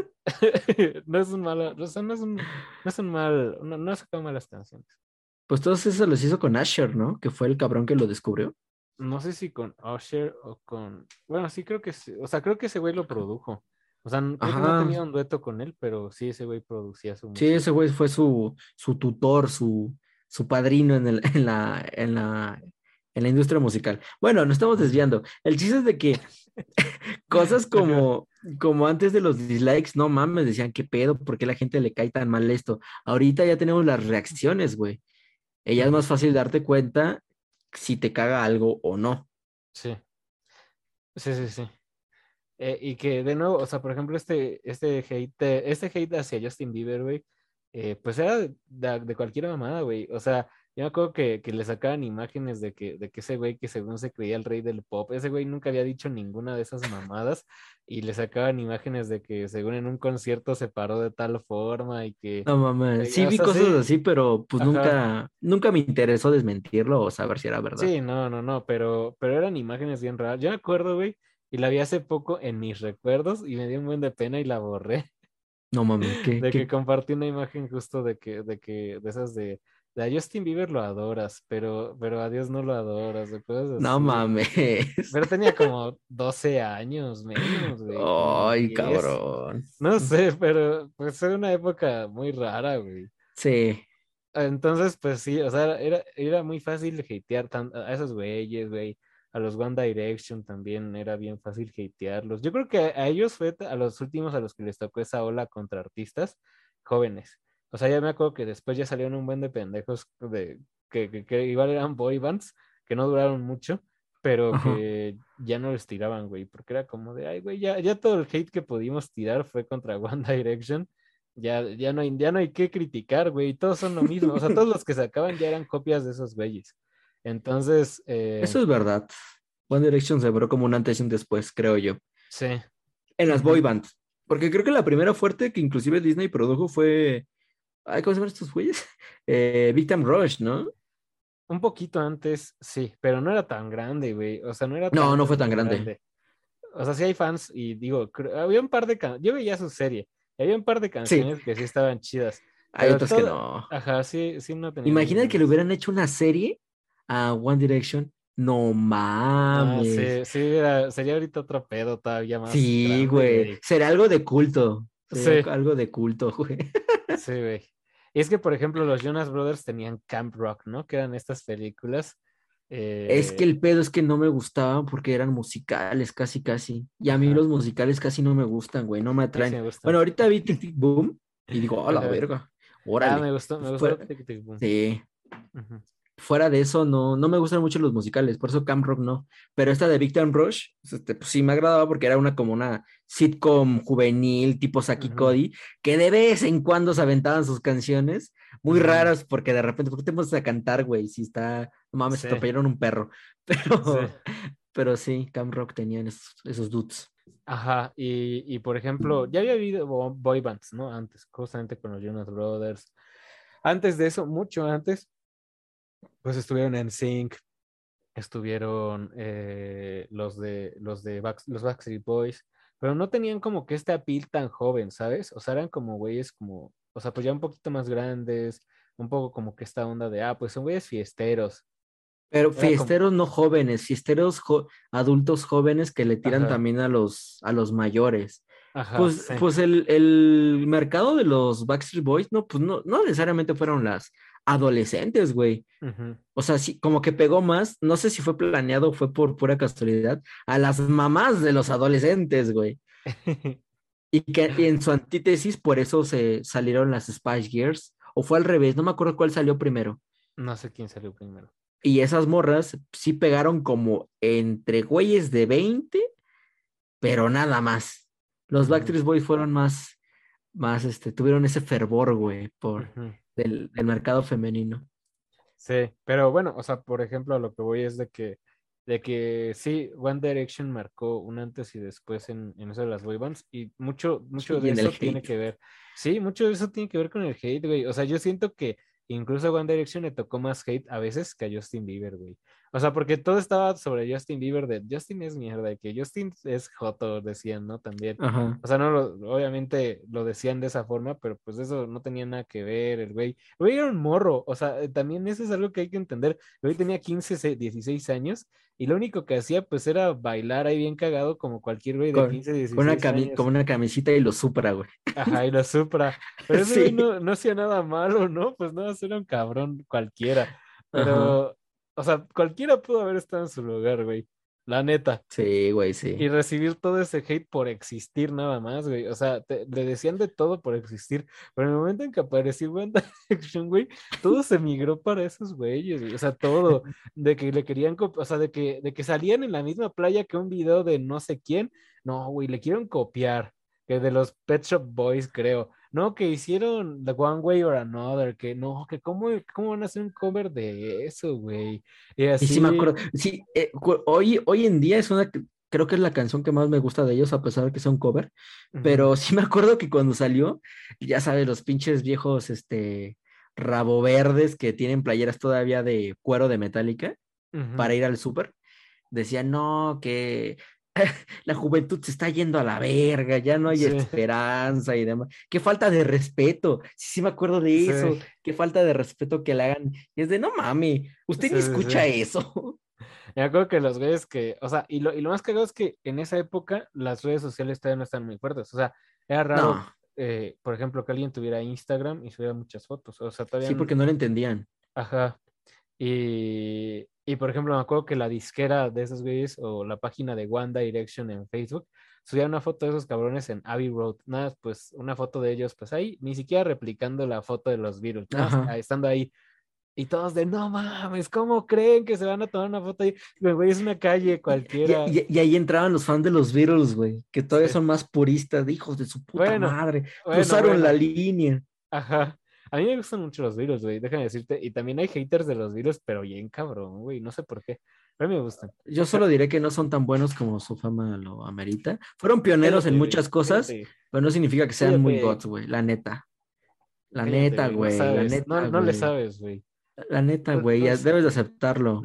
S1: no es un malo, o sea, no es un mal, no ha sacado malas canciones.
S2: Pues todos esos los hizo con Asher, ¿no? Que fue el cabrón que lo descubrió.
S1: No sé si con Usher o con, bueno, sí creo que sí, o sea, creo que ese güey lo produjo. O sea, creo que no
S2: Ajá.
S1: tenía un dueto con él, pero sí ese güey producía su
S2: Sí, ese
S1: música.
S2: güey fue su tutor, su padrino en la industria musical. Bueno, nos estamos desviando. El chiste es de que cosas
S1: Ajá.
S2: como antes de los dislikes, no mames, decían, ¿qué pedo? ¿Por qué la gente le cae tan mal esto? Ahorita ya tenemos las reacciones, güey. Ya es
S1: Ujú.
S2: más fácil darte cuenta si te caga algo o no.
S1: Sí, sí. Y que de nuevo, o sea, por ejemplo, este hate hacia Justin Bieber, güey, pues era de cualquier mamada, güey. O sea, yo me acuerdo que le sacaban imágenes de que ese güey que según se creía el rey del pop, ese güey nunca había dicho ninguna de esas mamadas, y le sacaban imágenes de que según en un concierto se paró de tal forma y que,
S2: No mames, sí
S1: o
S2: vi
S1: sea,
S2: cosas
S1: sí,
S2: así, pero pues
S1: ajá.
S2: nunca me interesó desmentirlo o saber si era verdad.
S1: Sí, no, pero eran imágenes bien raras. Yo me acuerdo, güey, y la vi hace poco en mis recuerdos y me dio un buen de pena y la borré.
S2: No mames,
S1: De que compartí una imagen justo de esas de a Justin Bieber lo adoras, pero a Dios no lo adoras, o cosas
S2: no
S1: así.
S2: mames.
S1: Pero tenía como 12 años, menos, güey, como
S2: Ay,
S1: 10.
S2: cabrón.
S1: No sé, pero pues era una época muy rara, güey.
S2: Sí,
S1: Entonces, pues sí, o sea, era muy fácil hatear a esos güeyes, güey. A los One Direction también era bien fácil hatearlos. Yo creo que a ellos fue a los últimos a los que les tocó esa ola contra artistas jóvenes. O sea, ya me acuerdo que después ya salieron un buen de pendejos que igual eran boy bands, que no duraron mucho, pero
S2: ajá.
S1: que ya no les tiraban, güey, porque era como de, ay, güey, ya todo el hate que pudimos tirar fue contra One Direction. Ya no hay que criticar, güey. Todos son lo mismo. O sea, todos los que sacaban ya eran copias de esos güeyes. Entonces,
S2: Eso es verdad. One Direction se abrió como un antes y un después, creo yo.
S1: sí.
S2: En las boy
S1: Ujú.
S2: bands. Porque creo que la primera fuerte que inclusive Disney produjo fue. Ay, ¿cómo se llaman estos güeyes? Big Time Rush, ¿no?
S1: Un poquito antes, sí, pero no era tan grande, güey. O sea, no era
S2: No, no fue tan
S1: tan
S2: grande.
S1: grande. O sea, sí hay fans y digo, había un par de canciones. Yo veía su serie. Y había un par de
S2: Sí,
S1: canciones que sí estaban chidas.
S2: hay
S1: Pero
S2: otras que
S1: todo,
S2: no.
S1: ajá, sí, no tenían muy
S2: Imagina que le
S1: buenas.
S2: hubieran hecho una serie a One Direction. No
S1: No,
S2: mames.
S1: sí, sería ahorita otro pedo todavía más
S2: Sí,
S1: grande,
S2: güey.
S1: güey.
S2: Será algo de culto. Sería
S1: Sí.
S2: algo de culto, güey.
S1: Sí, güey. Y es que, por ejemplo, los Jonas Brothers tenían Camp Rock, ¿no? Que eran estas películas.
S2: Es que
S1: eh,
S2: el pedo es que no me gustaban porque eran musicales, casi, casi. Y a mí
S1: ajá,
S2: los musicales casi no me gustan, güey, no me
S1: a mí sí
S2: atraen.
S1: me
S2: Bueno,
S1: gustan.
S2: ahorita vi Tic Tic Boom y digo, a la
S1: Ajá.
S2: verga,
S1: Me
S2: órale.
S1: gustó, me gustó
S2: Fue-
S1: Tic Tic Boom.
S2: sí,
S1: Ujú,
S2: fuera de eso, no me gustan mucho los musicales, por eso Camp Rock no. Pero esta de Big Time Rush, pues sí me agradaba porque era como una sitcom juvenil tipo Saki
S1: ujú,
S2: Cody, que de vez en cuando se aventaban sus canciones muy
S1: ujú.
S2: raras porque de repente, ¿por qué te pones a cantar, güey? Si está, no mames,
S1: Sí,
S2: atropellaron un perro.
S1: sí.
S2: Pero sí, Camp Rock tenían esos dudes.
S1: Ajá. Y por ejemplo, ya había habido boy bands, ¿no? Antes, justamente con los Jonas Brothers. Antes de eso, mucho antes, pues estuvieron en Sync, estuvieron los Backstreet Boys, pero no tenían como que este appeal tan joven, ¿sabes? O sea, eran como güeyes como, o sea, pues ya un poquito más grandes, un poco como que esta onda de, pues son güeyes fiesteros.
S2: Pero
S1: Era como,
S2: fiesteros no jóvenes, fiesteros adultos jóvenes que le tiran
S1: ajá,
S2: también a los mayores.
S1: ajá,
S2: Pues,
S1: sí,
S2: pues el mercado de los Backstreet Boys, no, pues no necesariamente fueron las adolescentes, güey.
S1: Ujú.
S2: O sea, sí, como que pegó más, no sé si fue planeado o fue por pura casualidad, a las mamás de los adolescentes, güey. Y que y en su antítesis, por eso se salieron las Spice Girls, o fue al revés, no me acuerdo cuál salió primero.
S1: No sé quién salió primero.
S2: Y esas morras sí pegaron como entre güeyes de 20, pero nada más. Los
S1: Ujú,
S2: Backstreet Boys fueron tuvieron ese fervor, güey,
S1: ujú.
S2: del mercado femenino.
S1: Sí, pero bueno, o sea, por ejemplo, a lo que voy es de que sí, One Direction marcó un antes y después en eso de las boy bands, y mucho
S2: Y
S1: de
S2: en el
S1: eso tiene
S2: hate.
S1: que ver, sí, mucho de eso tiene que ver con el hate, güey. O sea, yo siento que incluso a One Direction le tocó más hate a veces que a Justin Bieber, güey. O sea, porque todo estaba sobre Justin Bieber, de Justin es mierda, de que Justin es joto, decían, ¿no? También.
S2: Ajá.
S1: O sea, no obviamente lo decían de esa forma, pero pues eso no tenía nada que ver, el güey era un morro, o sea, también eso es algo que hay que entender. El güey tenía 15, 16 años y lo único que hacía pues era bailar ahí bien cagado como cualquier güey de
S2: Con,
S1: 15,
S2: con una
S1: 16
S2: con
S1: años.
S2: una camisita y lo supra, güey.
S1: Ajá, y lo supra. Pero ese güey
S2: Sí.
S1: no hacía nada malo, ¿no? Pues no, era un cabrón cualquiera.
S2: Ajá.
S1: Pero, o sea, cualquiera pudo haber estado en su lugar, güey. La neta.
S2: Sí, güey,
S1: Y
S2: sí.
S1: recibir todo ese hate por existir nada más, güey. O sea, le decían de todo por existir. Pero en el momento en que apareció One Direction, güey, todo se migró para esos güeyes, güey. O sea, todo. De que le querían, o sea, de que salían en la misma playa que un video de no sé quién. No, güey, le quieren copiar. Que de los Pet Shop Boys, creo. No, que hicieron The One Way or Another. Que no, que cómo van a hacer un cover de eso, güey. Y
S2: Y sí me
S1: así.
S2: acuerdo. Sí, hoy en día es creo que es la canción que más me gusta de ellos, a pesar de que sea un cover.
S1: Ujú,
S2: Pero sí me acuerdo que cuando salió, ya sabes, los pinches viejos, rabo verdes que tienen playeras todavía de cuero de Metallica
S1: ujú.
S2: para ir al súper, decían, no, que la juventud se está yendo a la verga, ya no hay
S1: Sí,
S2: esperanza y demás. Qué falta de respeto. Sí, sí me acuerdo de
S1: sí.
S2: eso. Qué falta de respeto que le hagan. Y es de, no mami,
S1: Sí,
S2: usted ni
S1: sí,
S2: escucha
S1: sí.
S2: eso.
S1: Me acuerdo que los güeyes que, o sea, y lo más cagado es que en esa época las redes sociales todavía no están muy fuertes. O sea, era raro,
S2: No,
S1: por ejemplo, que alguien tuviera Instagram y subiera muchas fotos. O sea, todavía,
S2: sí, porque no lo entendían.
S1: ajá. Y por ejemplo, me acuerdo que la disquera de esos güeyes o la página de One Direction en Facebook subía una foto de esos cabrones en Abbey Road. Nada, pues una foto de ellos, pues ahí, ni siquiera replicando la foto de los Beatles, nada,
S2: Ajá.
S1: estando ahí. Y todos de, no mames, ¿cómo creen que se van a tomar una foto ahí? Güey, es una calle cualquiera.
S2: Y ahí entraban los fans de los Beatles, güey, que todavía
S1: Sí.
S2: son más puristas, de hijos de su puta
S1: Bueno,
S2: madre.
S1: bueno,
S2: Cruzaron la
S1: bueno.
S2: línea.
S1: Ajá. A mí me gustan mucho los virus, güey, déjame decirte. Y también hay haters de los virus, pero bien cabrón, güey. No sé por qué. A mí me gustan.
S2: Yo solo diré que no son tan buenos como su fama lo amerita. Fueron pioneros en
S1: Cállate, güey.
S2: muchas cosas,
S1: Cállate.
S2: pero no significa que sean muy
S1: Cállate.
S2: gods, güey. La neta. La
S1: Cállate,
S2: neta,
S1: güey. No
S2: güey. La
S1: sabes. No,
S2: neta,
S1: no le
S2: güey.
S1: sabes, güey.
S2: La neta,
S1: No,
S2: güey.
S1: no
S2: Debes de
S1: sabes.
S2: aceptarlo.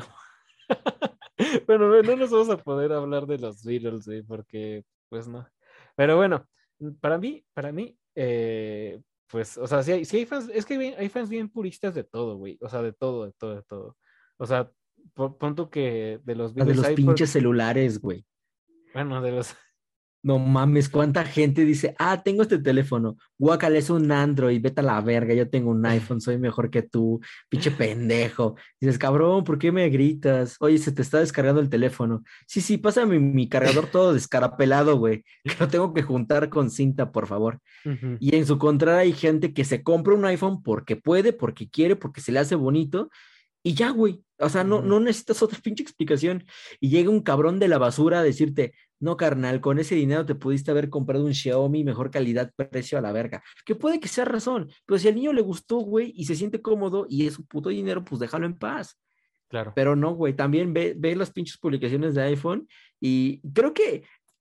S1: Bueno, güey, no nos vamos a poder hablar de los Beatles, güey, porque, pues no. Pero bueno, para mí, pues, o sea, sí hay fans, es que hay fans bien puristas de todo, güey. O sea, de todo, de todo, de todo. O sea, pon tú que de los
S2: La de
S1: Beatles
S2: los
S1: hay,
S2: pinches celulares, güey.
S1: bueno, de los,
S2: No mames, cuánta gente dice, tengo este teléfono, guácala, es un Android, vete a la verga, yo tengo un iPhone, soy mejor que tú, pinche pendejo. Dices, cabrón, ¿por qué me gritas? Oye, se te está descargando el teléfono. Sí, sí, pásame mi cargador todo descarapelado, güey, que lo tengo que juntar con cinta, por favor.
S1: Ujú,
S2: Y en su contra hay gente que se compra un iPhone porque puede, porque quiere, porque se le hace bonito, y ya, güey. O sea, no,
S1: ujú.
S2: no necesitas otra pinche explicación. Y llega un cabrón de la basura a decirte, no, carnal, con ese dinero te pudiste haber comprado un Xiaomi, mejor calidad, precio a la verga. Que puede que sea razón, pero si al niño le gustó, güey, y se siente cómodo y es su puto dinero, pues déjalo en paz.
S1: Claro.
S2: Pero no, güey, también ve las pinches publicaciones de iPhone y creo que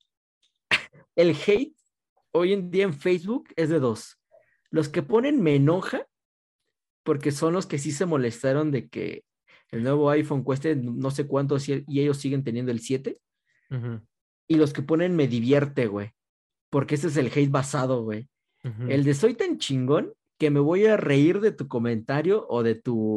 S2: el hate hoy en día en Facebook es de dos. Los que ponen me enoja porque son los que sí se molestaron de que el nuevo iPhone cueste no sé cuánto y ellos siguen teniendo el 7.
S1: Ujú,
S2: Y los que ponen me divierte, güey, porque ese es el hate basado, güey.
S1: ujú,
S2: El de soy tan chingón que me voy a reír de tu comentario o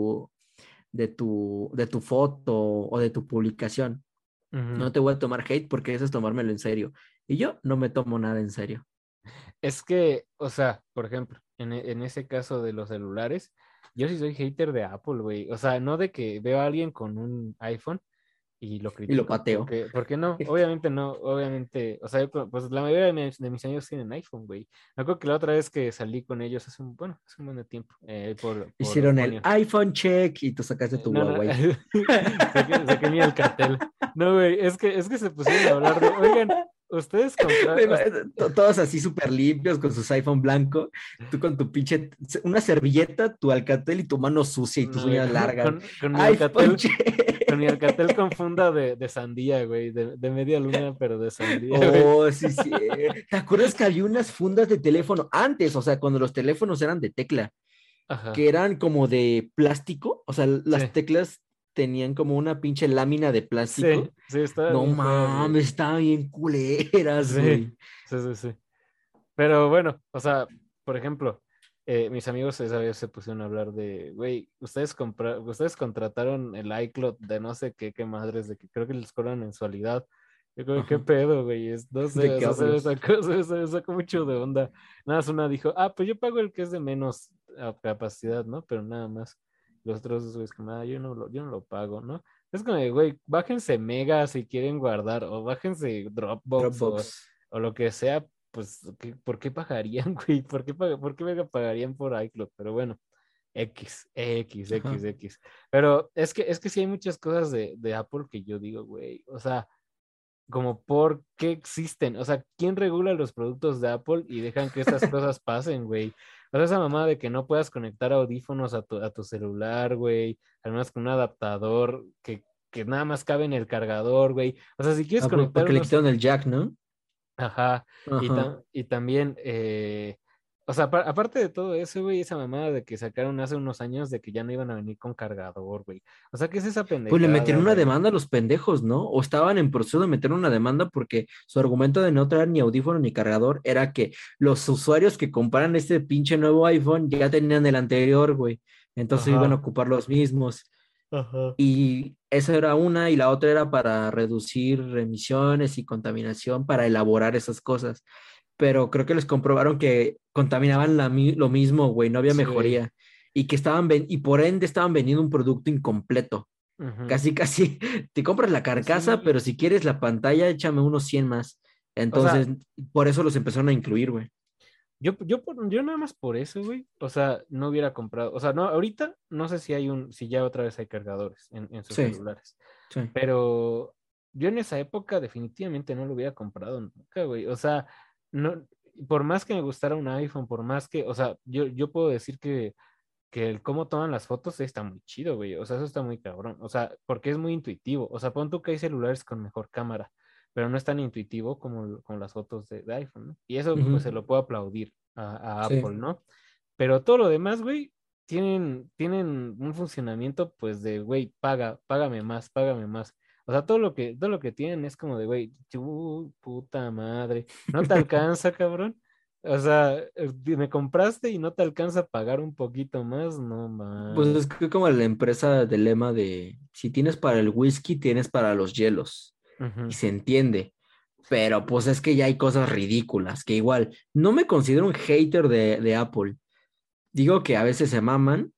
S2: de tu foto o de tu publicación.
S1: ujú.
S2: No te voy a tomar hate porque eso es tomármelo en serio. Y yo no me tomo nada en serio.
S1: Es que, o sea, por ejemplo, en ese caso de los celulares, yo sí soy hater de Apple, güey. O sea, no de que veo a alguien con un iPhone y lo
S2: Y lo
S1: critico,
S2: pateo.
S1: porque no, obviamente no, obviamente, o sea, pues la mayoría de mis amigos tienen iPhone, güey. Me acuerdo que la otra vez que salí con ellos hace un buen tiempo, por
S2: Hicieron el
S1: Oconio.
S2: iPhone check y tú sacaste tu
S1: No, no,
S2: Huawei.
S1: saqué mi Alcatel. No, güey, es que se pusieron a hablar de, oigan, ustedes compraron,
S2: Todos así súper limpios con sus iPhone blanco, tú con tu pinche, una servilleta, tu Alcatel y tu mano sucia y tus
S1: no, güey,
S2: uñas largas.
S1: con mi
S2: iPhone
S1: Alcatel, con
S2: check.
S1: mi Alcatel con funda de sandía, güey, de media luna, pero de sandía, güey.
S2: Oh, sí, sí. ¿Te acuerdas que había unas fundas de teléfono antes? O sea, cuando los teléfonos eran de tecla, que
S1: Ajá,
S2: eran como de plástico, o sea, las
S1: sí,
S2: teclas tenían como una pinche lámina de
S1: sí,
S2: plástico.
S1: sí, estaba
S2: No
S1: bien feas, güey.
S2: mames, estaban bien culeras,
S1: Sí,
S2: güey.
S1: sí, sí, sí. Pero bueno, o sea, por ejemplo, mis amigos esa vez se pusieron a hablar de, güey, ustedes contrataron el iCloud de no sé qué madres, de que creo que les cobran mensualidad. Yo creo, ¿qué
S2: Ajá.
S1: pedo, güey? No sé,
S2: ¿De
S1: o
S2: qué
S1: sea,
S2: hablas?
S1: se me sacó mucho de onda. Nada más una dijo, pues yo pago el que es de menos capacidad, ¿no? Pero nada más. Los otros, güey, es como, yo no lo pago, ¿no? Es como, de, güey, bájense Mega si quieren guardar, o bájense Dropbox,
S2: Dropbox.
S1: o lo que sea, pues, ¿por qué pagarían, güey? ¿Por qué me pagarían por iCloud? Pero bueno,
S2: Ajá.
S1: X. Pero es que sí hay muchas cosas de Apple que yo digo, güey, o sea, como por qué existen, o sea, ¿quién regula los productos de Apple y dejan que estas cosas pasen, güey? O sea, esa mamada de que no puedas conectar audífonos a tu celular, güey, además con un adaptador que nada más cabe en el cargador, güey. O sea, si quieres
S2: Ah,
S1: conectar
S2: porque le
S1: unos.
S2: quitaron el jack, ¿no?
S1: Ajá,
S2: Ajá.
S1: y también, o sea, aparte de todo eso, güey, esa mamada de que sacaron hace unos años de que ya no iban a venir con cargador, güey. O sea, ¿qué es esa
S2: Pues le metieron
S1: pendejada,
S2: una
S1: güey?
S2: demanda a los pendejos, ¿no? O estaban en proceso de meter una demanda porque su argumento de no traer ni audífono ni cargador era que los usuarios que compraran este pinche nuevo iPhone ya tenían el anterior, güey. Entonces iban a
S1: Ajá,
S2: ocupar los mismos.
S1: ajá.
S2: Y esa era una, y la otra era para reducir emisiones y contaminación, para elaborar esas cosas. Pero creo que les comprobaron que contaminaban lo mismo, güey, no había
S1: Sí, güey.
S2: mejoría. Y que y por ende estaban vendiendo un producto incompleto.
S1: Ujú.
S2: Casi, casi, te compras la carcasa,
S1: Sí.
S2: pero si quieres la pantalla, échame unos 100 más.
S1: O sea,
S2: Entonces, por eso los empezaron a incluir, güey.
S1: yo nada más por eso, güey, o sea, no hubiera comprado, o sea, no, ahorita no sé si ya otra vez hay cargadores en sus
S2: Sí,
S1: celulares.
S2: sí.
S1: Pero yo en esa época definitivamente no lo hubiera comprado nunca, güey. O sea, no, por más que me gustara un iPhone, por más que, o sea, yo puedo decir que el cómo toman las fotos está muy chido, güey. O sea, eso está muy cabrón. O sea, porque es muy intuitivo. O sea, pon tú que hay celulares con mejor cámara, pero no es tan intuitivo como las fotos de iPhone, ¿no? Y eso, pues, se
S2: Ujú,
S1: lo puedo aplaudir a Apple,
S2: sí.
S1: ¿no? Pero todo lo demás, güey, tienen un funcionamiento, pues, de, güey, págame más, págame más. O sea, todo lo que tienen es como de, güey, puta madre, no te alcanza, cabrón. O sea, me compraste y no te alcanza a pagar un poquito más, no
S2: Pues
S1: mames.
S2: es que como la empresa del lema de si tienes para el whisky, tienes para los hielos. Y
S1: Ujú,
S2: se entiende. Pero pues es que ya hay cosas ridículas, que igual, no me considero un hater de Apple. Digo que a veces se maman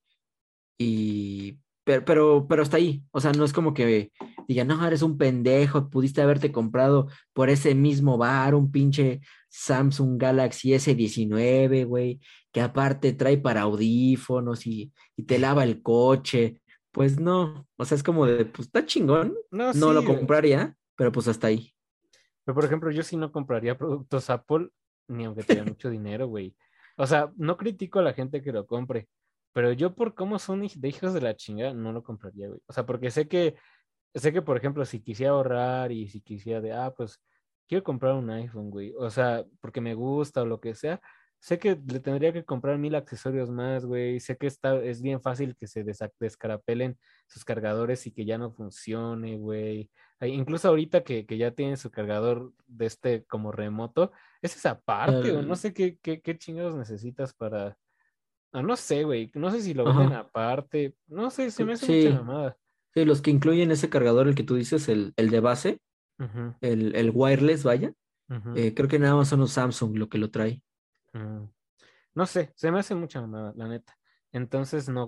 S2: y... pero hasta ahí. O sea, no es como que digan, no, eres un pendejo, pudiste haberte comprado por ese mismo bar un pinche Samsung Galaxy S19, güey, que aparte trae para audífonos y te lava el coche. Pues no, o sea, es como de, pues está chingón,
S1: no,
S2: no lo
S1: sí,
S2: compraría, pero pues hasta ahí.
S1: pero por ejemplo, yo sí no compraría productos Apple ni aunque tuviera mucho dinero, güey. O sea, no critico a la gente que lo compre, pero yo por cómo son de hijos de la chingada, no lo compraría, güey. O sea, porque sé que, por ejemplo, si quisiera ahorrar y si quisiera pues quiero comprar un iPhone, güey. O sea, porque me gusta o lo que sea. Sé que le tendría que comprar 1000 accesorios más, güey. Sé que es bien fácil que se descarapelen sus cargadores y que ya no funcione, güey. Incluso ahorita que ya tienen su cargador de como remoto, es esa parte, o no
S2: El-
S1: sé qué chingados necesitas para. No sé, güey. No sé si lo venden
S2: Ajá.
S1: aparte. No sé, se me hace mucha
S2: Sí,
S1: mamada.
S2: sí, los que incluyen ese cargador, el que tú dices, el de base,
S1: Ujú,
S2: el wireless, vaya,
S1: ujú.
S2: creo que nada más son los Samsung lo que lo trae.
S1: Mm, No sé, se me hace mucha mamada, la neta. Entonces, no.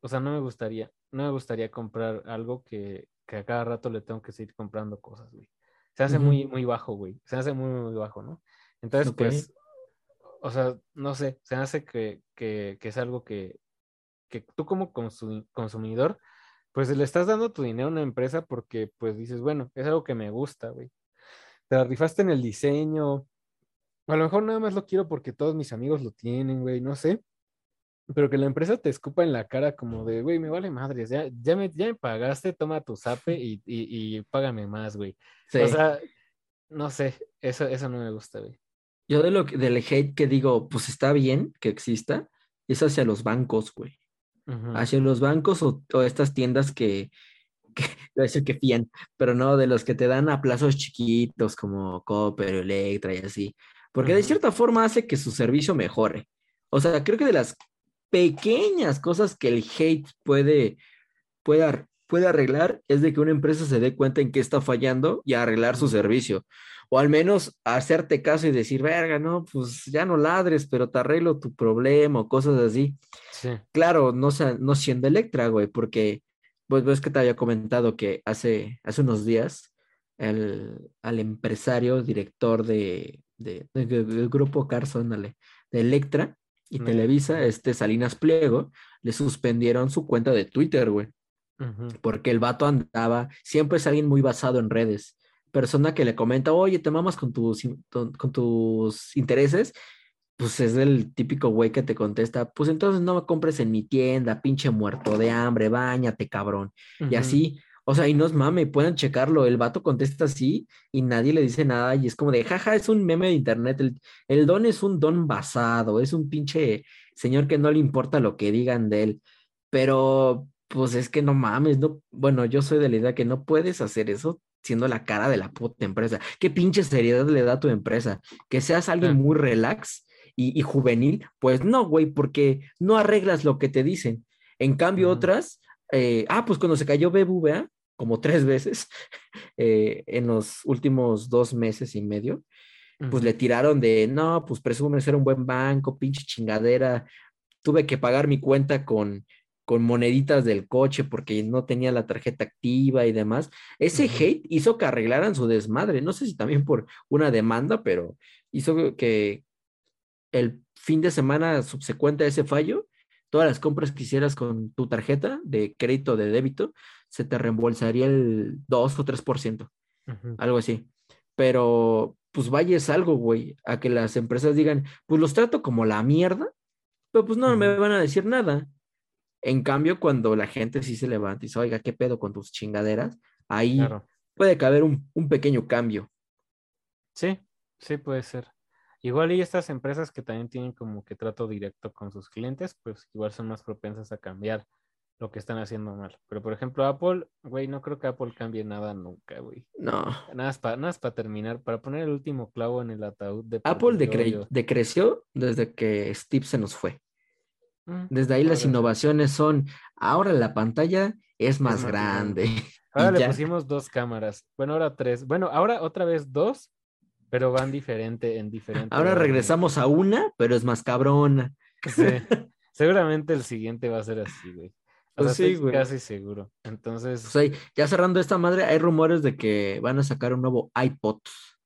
S1: o sea, no me gustaría comprar algo que a cada rato le tengo que seguir comprando cosas, güey. Se hace
S2: Ujú.
S1: muy, muy bajo, güey. Se hace muy, muy bajo, ¿no? Entonces,
S2: Ok,
S1: pues, o sea, no sé, se hace que es algo que tú como consumidor, pues le estás dando tu dinero a una empresa porque, pues, dices, bueno, es algo que me gusta, güey. Te la rifaste en el diseño, o a lo mejor nada más lo quiero porque todos mis amigos lo tienen, güey, no sé. Pero que la empresa te escupa en la cara como de, güey, me vale madres, ya me pagaste, toma tu zape y págame más, güey. O
S2: sí.
S1: sea, no sé, eso no me gusta, güey.
S2: Yo del hate que digo, pues está bien que exista, es hacia los bancos, güey.
S1: Ujú,
S2: Hacia los bancos o estas tiendas iba a decir que fían, pero no de los que te dan a plazos chiquitos como Coppel, Electra y así. Porque de
S1: ujú,
S2: cierta forma hace que su servicio mejore. O sea, creo que de las pequeñas cosas que el hate puede arreglar es de que una empresa se dé cuenta en qué está fallando y arreglar su
S1: ujú.
S2: servicio. O al menos hacerte caso y decir, verga, no, pues ya no ladres, pero te arreglo tu problema o cosas así.
S1: Sí,
S2: Claro, no siendo Electra, güey, porque pues ves que te había comentado que hace unos días al empresario, director del grupo Carson, de Electra y Televisa,
S1: ujú,
S2: Salinas Pliego, le suspendieron su cuenta de Twitter, güey,
S1: ujú,
S2: porque el vato andaba, siempre es alguien muy basado en redes. Persona que le comenta, oye, te mamas con tus intereses, pues es el típico güey que te contesta, pues entonces no me compres en mi tienda, pinche muerto de hambre, báñate, cabrón. Y
S1: ujú,
S2: así, o sea, y no es mame, pueden checarlo, el vato contesta así y nadie le dice nada y es como de, jaja, es un meme de internet, el don es un don basado, es un pinche señor que no le importa lo que digan de él, pero pues es que no mames, no, bueno, yo soy de la idea que no puedes hacer eso siendo la cara de la puta empresa. ¿Qué pinche seriedad le da a tu empresa? Que seas alguien
S1: sí,
S2: muy relax y juvenil, pues no, güey, porque no arreglas lo que te dicen. En cambio,
S1: ujú,
S2: otras, pues cuando se cayó BBVA, como 3 veces en los últimos 2 meses y medio, pues le
S1: ujú,
S2: tiraron de, no, pues presume ser un buen banco, pinche chingadera, tuve que pagar mi cuenta con moneditas del coche porque no tenía la tarjeta activa y demás. Ese
S1: ujú,
S2: hate hizo que arreglaran su desmadre, no sé si también por una demanda, pero hizo que el fin de semana subsecuente a ese fallo, todas las compras que hicieras con tu tarjeta de crédito o de débito, se te reembolsaría el 2 o 3%,
S1: ujú,
S2: algo así. Pero pues vaya es algo, güey, a que las empresas digan, pues los trato como la mierda, pero pues no me
S1: ujú.
S2: van a decir nada. En cambio, cuando la gente sí se levanta y dice, oiga, ¿qué pedo con tus chingaderas? Ahí
S1: Claro.
S2: puede caber un pequeño cambio.
S1: Sí, sí puede ser. Igual y estas empresas que también tienen como que trato directo con sus clientes, pues igual son más propensas a cambiar lo que están haciendo mal. Pero por ejemplo, Apple, güey, no creo que Apple cambie nada nunca, güey.
S2: No.
S1: Nada más para terminar, para poner el último clavo en el ataúd de por
S2: Apple
S1: qué odio.
S2: decreció desde que Steve se nos fue.
S1: Mm,
S2: Desde ahí las
S1: podría ser.
S2: innovaciones son, ahora la pantalla es
S1: Es
S2: más
S1: más grande.
S2: grande
S1: Ahora
S2: y
S1: le
S2: ya.
S1: pusimos dos cámaras. Bueno, ahora tres. Bueno, ahora otra vez dos, pero van en diferente
S2: Ahora
S1: orden.
S2: regresamos a una, pero es más cabrona.
S1: Sí, seguramente el siguiente va a ser así, güey. O sea,
S2: Pues sí,
S1: estoy
S2: güey.
S1: casi seguro.
S2: Pues
S1: Entonces,
S2: ahí, ya cerrando esta madre, hay rumores de que van a sacar un nuevo iPod,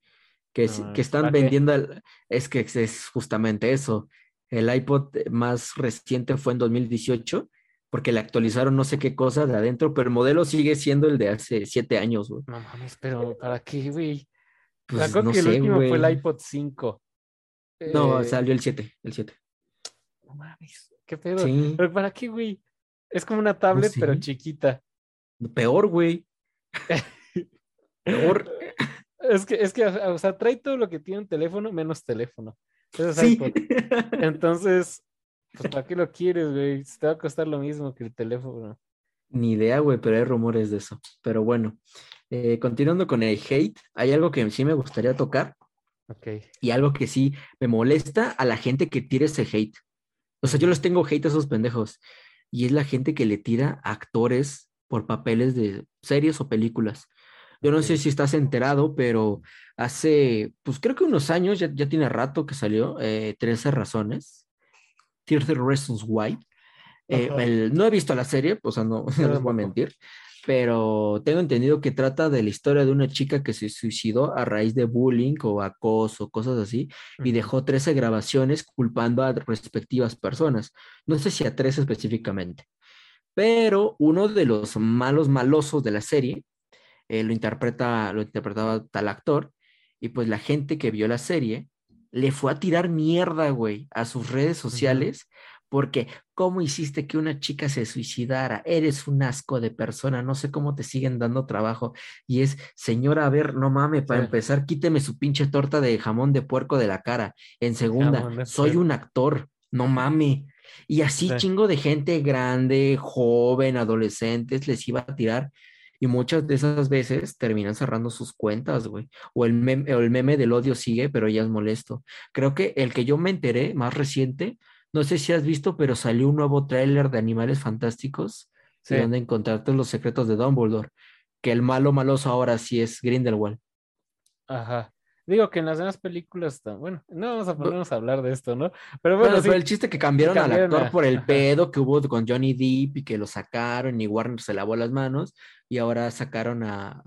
S1: no
S2: que
S1: mames,
S2: están
S1: ¿para qué?
S2: vendiendo, es que es justamente eso. El iPod más reciente fue en 2018, porque le actualizaron no sé qué cosa de adentro, pero el modelo sigue siendo el de hace 7 años, güey.
S1: No mames, pero ¿para qué, güey? Me
S2: Pues
S1: acuerdo
S2: no
S1: que el
S2: sé,
S1: último fue el
S2: güey.
S1: iPod 5.
S2: No,
S1: Eh,
S2: salió el siete.
S1: no mames, ¿qué pedo?
S2: Sí,
S1: ¿Pero para qué, güey? Es como una
S2: no
S1: tablet, pero
S2: sé.
S1: chiquita.
S2: Peor, güey. Peor.
S1: Es que, o sea, trae todo lo que tiene un teléfono, menos teléfono. Eso es
S2: Sí.
S1: iPod. Entonces, pues ¿para qué lo quieres, güey? Se te va a costar lo mismo que el teléfono.
S2: Ni idea, güey, pero hay rumores de eso. Pero bueno, continuando con el hate, hay algo que sí me gustaría tocar
S1: Ok.
S2: y algo que sí me molesta a la gente que tira ese hate. O sea, yo
S1: Ujú,
S2: les tengo hate a esos pendejos. Y es la gente que le tira a actores por papeles de series o películas. Yo no sé
S1: ok.
S2: si estás enterado, pero hace, pues creo que unos años, ya tiene rato que salió, 13 razones, 13 Reasons Why.
S1: Ajá.
S2: No he visto la serie, o sea, no,
S1: Yo
S2: no les voy a
S1: tampoco.
S2: mentir, pero tengo entendido que trata de la historia de una chica que se suicidó a raíz de bullying o acoso, cosas así, y
S1: Ujú,
S2: dejó 13 grabaciones culpando a respectivas personas. No sé si a tres específicamente, pero uno de los malos malosos de la serie lo interpretaba tal actor, y pues la gente que vio la serie le fue a tirar mierda, güey, a sus redes
S1: ujú.
S2: sociales, porque ¿cómo hiciste que una chica se suicidara? Eres un asco de persona, no sé cómo te siguen dando trabajo. Y es, señora, a ver, no mames,
S1: Sí,
S2: para empezar, quíteme su pinche torta de jamón de puerco de la cara. En segunda,
S1: jamón de
S2: soy
S1: puerco.
S2: un actor, no mames. Y así
S1: Sí,
S2: chingo de gente grande, joven, adolescentes, les iba a tirar y muchas de esas veces terminan cerrando sus cuentas, güey. O el meme del odio sigue, pero ya es molesto. Creo que el que yo me enteré más reciente, no sé si has visto, pero salió un nuevo tráiler de Animales Fantásticos y
S1: sí,
S2: donde encontrarte los secretos de Dumbledore. Que el malo maloso ahora sí es Grindelwald.
S1: ajá. Digo que en las demás películas, bueno, no vamos a
S2: Bu-
S1: ponernos a hablar de esto, ¿no? Pero bueno,
S2: Bueno, pero
S1: sí,
S2: el chiste que
S1: y
S2: cambiaron al
S1: cambiaron
S2: actor
S1: a,
S2: por el
S1: ajá,
S2: pedo que hubo con Johnny Depp y que lo sacaron y Warner se lavó las manos y ahora sacaron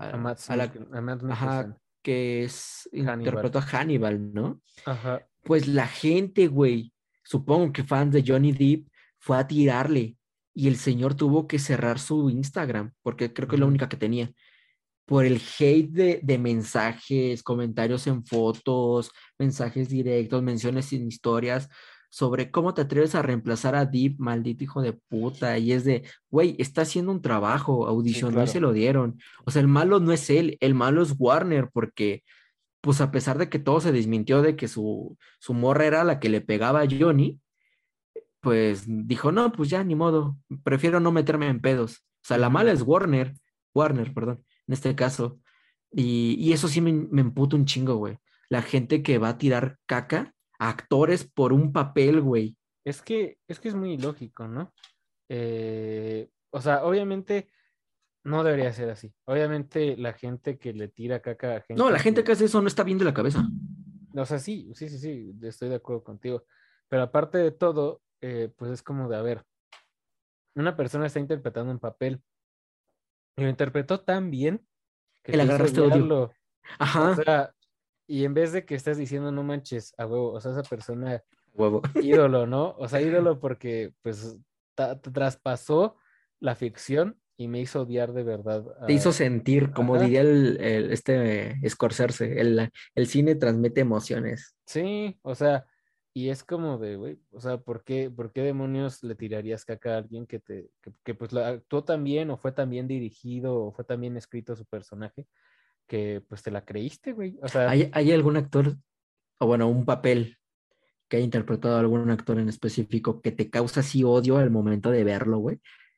S1: A Matt
S2: ajá,
S1: Mikkelsen,
S2: que es,
S1: Hannibal.
S2: interpretó a Hannibal, ¿no?
S1: Ajá,
S2: Pues la gente, güey, supongo que fans de Johnny Depp, fue a tirarle y el señor tuvo que cerrar su Instagram, porque creo que es la
S1: ujú,
S2: única que tenía, por el hate de mensajes, comentarios en fotos, mensajes directos, menciones en historias sobre cómo te atreves a reemplazar a Deep, maldito hijo de puta, y es de, güey, está haciendo un trabajo,
S1: sí,
S2: audicionó y se
S1: claro.
S2: lo dieron. O sea, el malo no es él, el malo es Warner, porque pues a pesar de que todo se desmintió de que su morra era la que le pegaba a Johnny, pues dijo, no, pues ya, ni modo, prefiero no meterme en pedos. O sea, la
S1: Ujú.
S2: mala es Warner, perdón, en este caso. Y eso sí me emputa un chingo, güey. La gente que va a tirar caca a actores por un papel, güey.
S1: Es que es muy ilógico, ¿no? O sea, obviamente no debería ser así. Obviamente la gente que le tira caca a
S2: No, la
S1: gente
S2: gente
S1: que,
S2: que hace eso no está bien de la cabeza.
S1: o sea, sí, sí, sí, sí, estoy de acuerdo contigo. Pero aparte de todo, pues es como de, a ver, una persona está interpretando un papel y lo interpretó tan bien que
S2: Que le
S1: te hizo
S2: agarraste odio.
S1: odiarlo. O
S2: Ajá,
S1: sea, y en vez de que estés diciendo, no manches, a huevo, o sea, esa persona,
S2: huevo.
S1: ídolo, ¿no? O sea, ídolo porque, pues, traspasó la ficción y me hizo odiar de verdad.
S2: Te hizo sentir, como
S1: Ajá,
S2: diría Scorsese, el cine transmite emociones.
S1: sí, o sea, y es como de, güey, o sea, ¿por qué demonios le tirarías caca a alguien que pues lo actuó tan bien o fue tan bien dirigido o fue tan bien escrito su personaje que pues te la creíste, güey? O sea,
S2: ¿Hay algún actor, o bueno, un papel que haya interpretado a algún actor en específico que te causa así odio al momento de verlo, güey?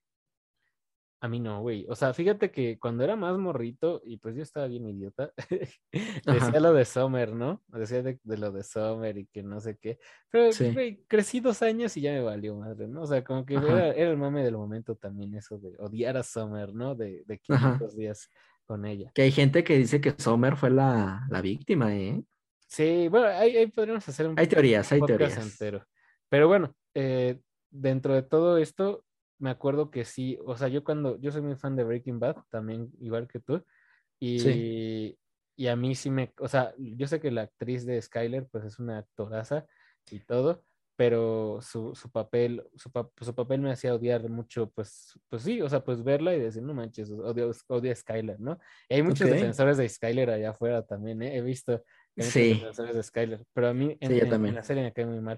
S1: a mí no, güey. O sea, fíjate que cuando era más morrito, y pues yo estaba bien idiota, decía
S2: Ajá,
S1: lo de Summer, ¿no? Decía de lo de Summer y que no sé qué. Pero,
S2: sí,
S1: güey, crecí 2 años y ya me valió madre, ¿no? O sea, como que
S2: ajá,
S1: era el mame del momento también eso de odiar a Summer, ¿no? De
S2: ajá.
S1: 500 días con ella.
S2: Que hay gente que dice que Sommer fue la víctima, ¿eh?
S1: Sí, bueno, ahí podríamos hacer un
S2: Hay teorías, hay
S1: podcast
S2: teorías.
S1: entero. Pero bueno, dentro de todo esto, me acuerdo que sí, o sea, yo soy muy fan de Breaking Bad, también igual que tú,
S2: Sí,
S1: y a mí sí o sea, yo sé que la actriz de Skyler, pues es una actoraza y todo, pero su papel me hacía odiar mucho, pues sí, o sea, pues verla y decir, no manches, odio a Skyler, ¿no? Y hay
S2: ok.
S1: muchos defensores de Skyler allá afuera también, ¿eh? He visto que hay muchos
S2: Sí,
S1: defensores de Skyler, pero a mí
S2: sí, yo
S1: en
S2: también.
S1: la serie me cae muy mal.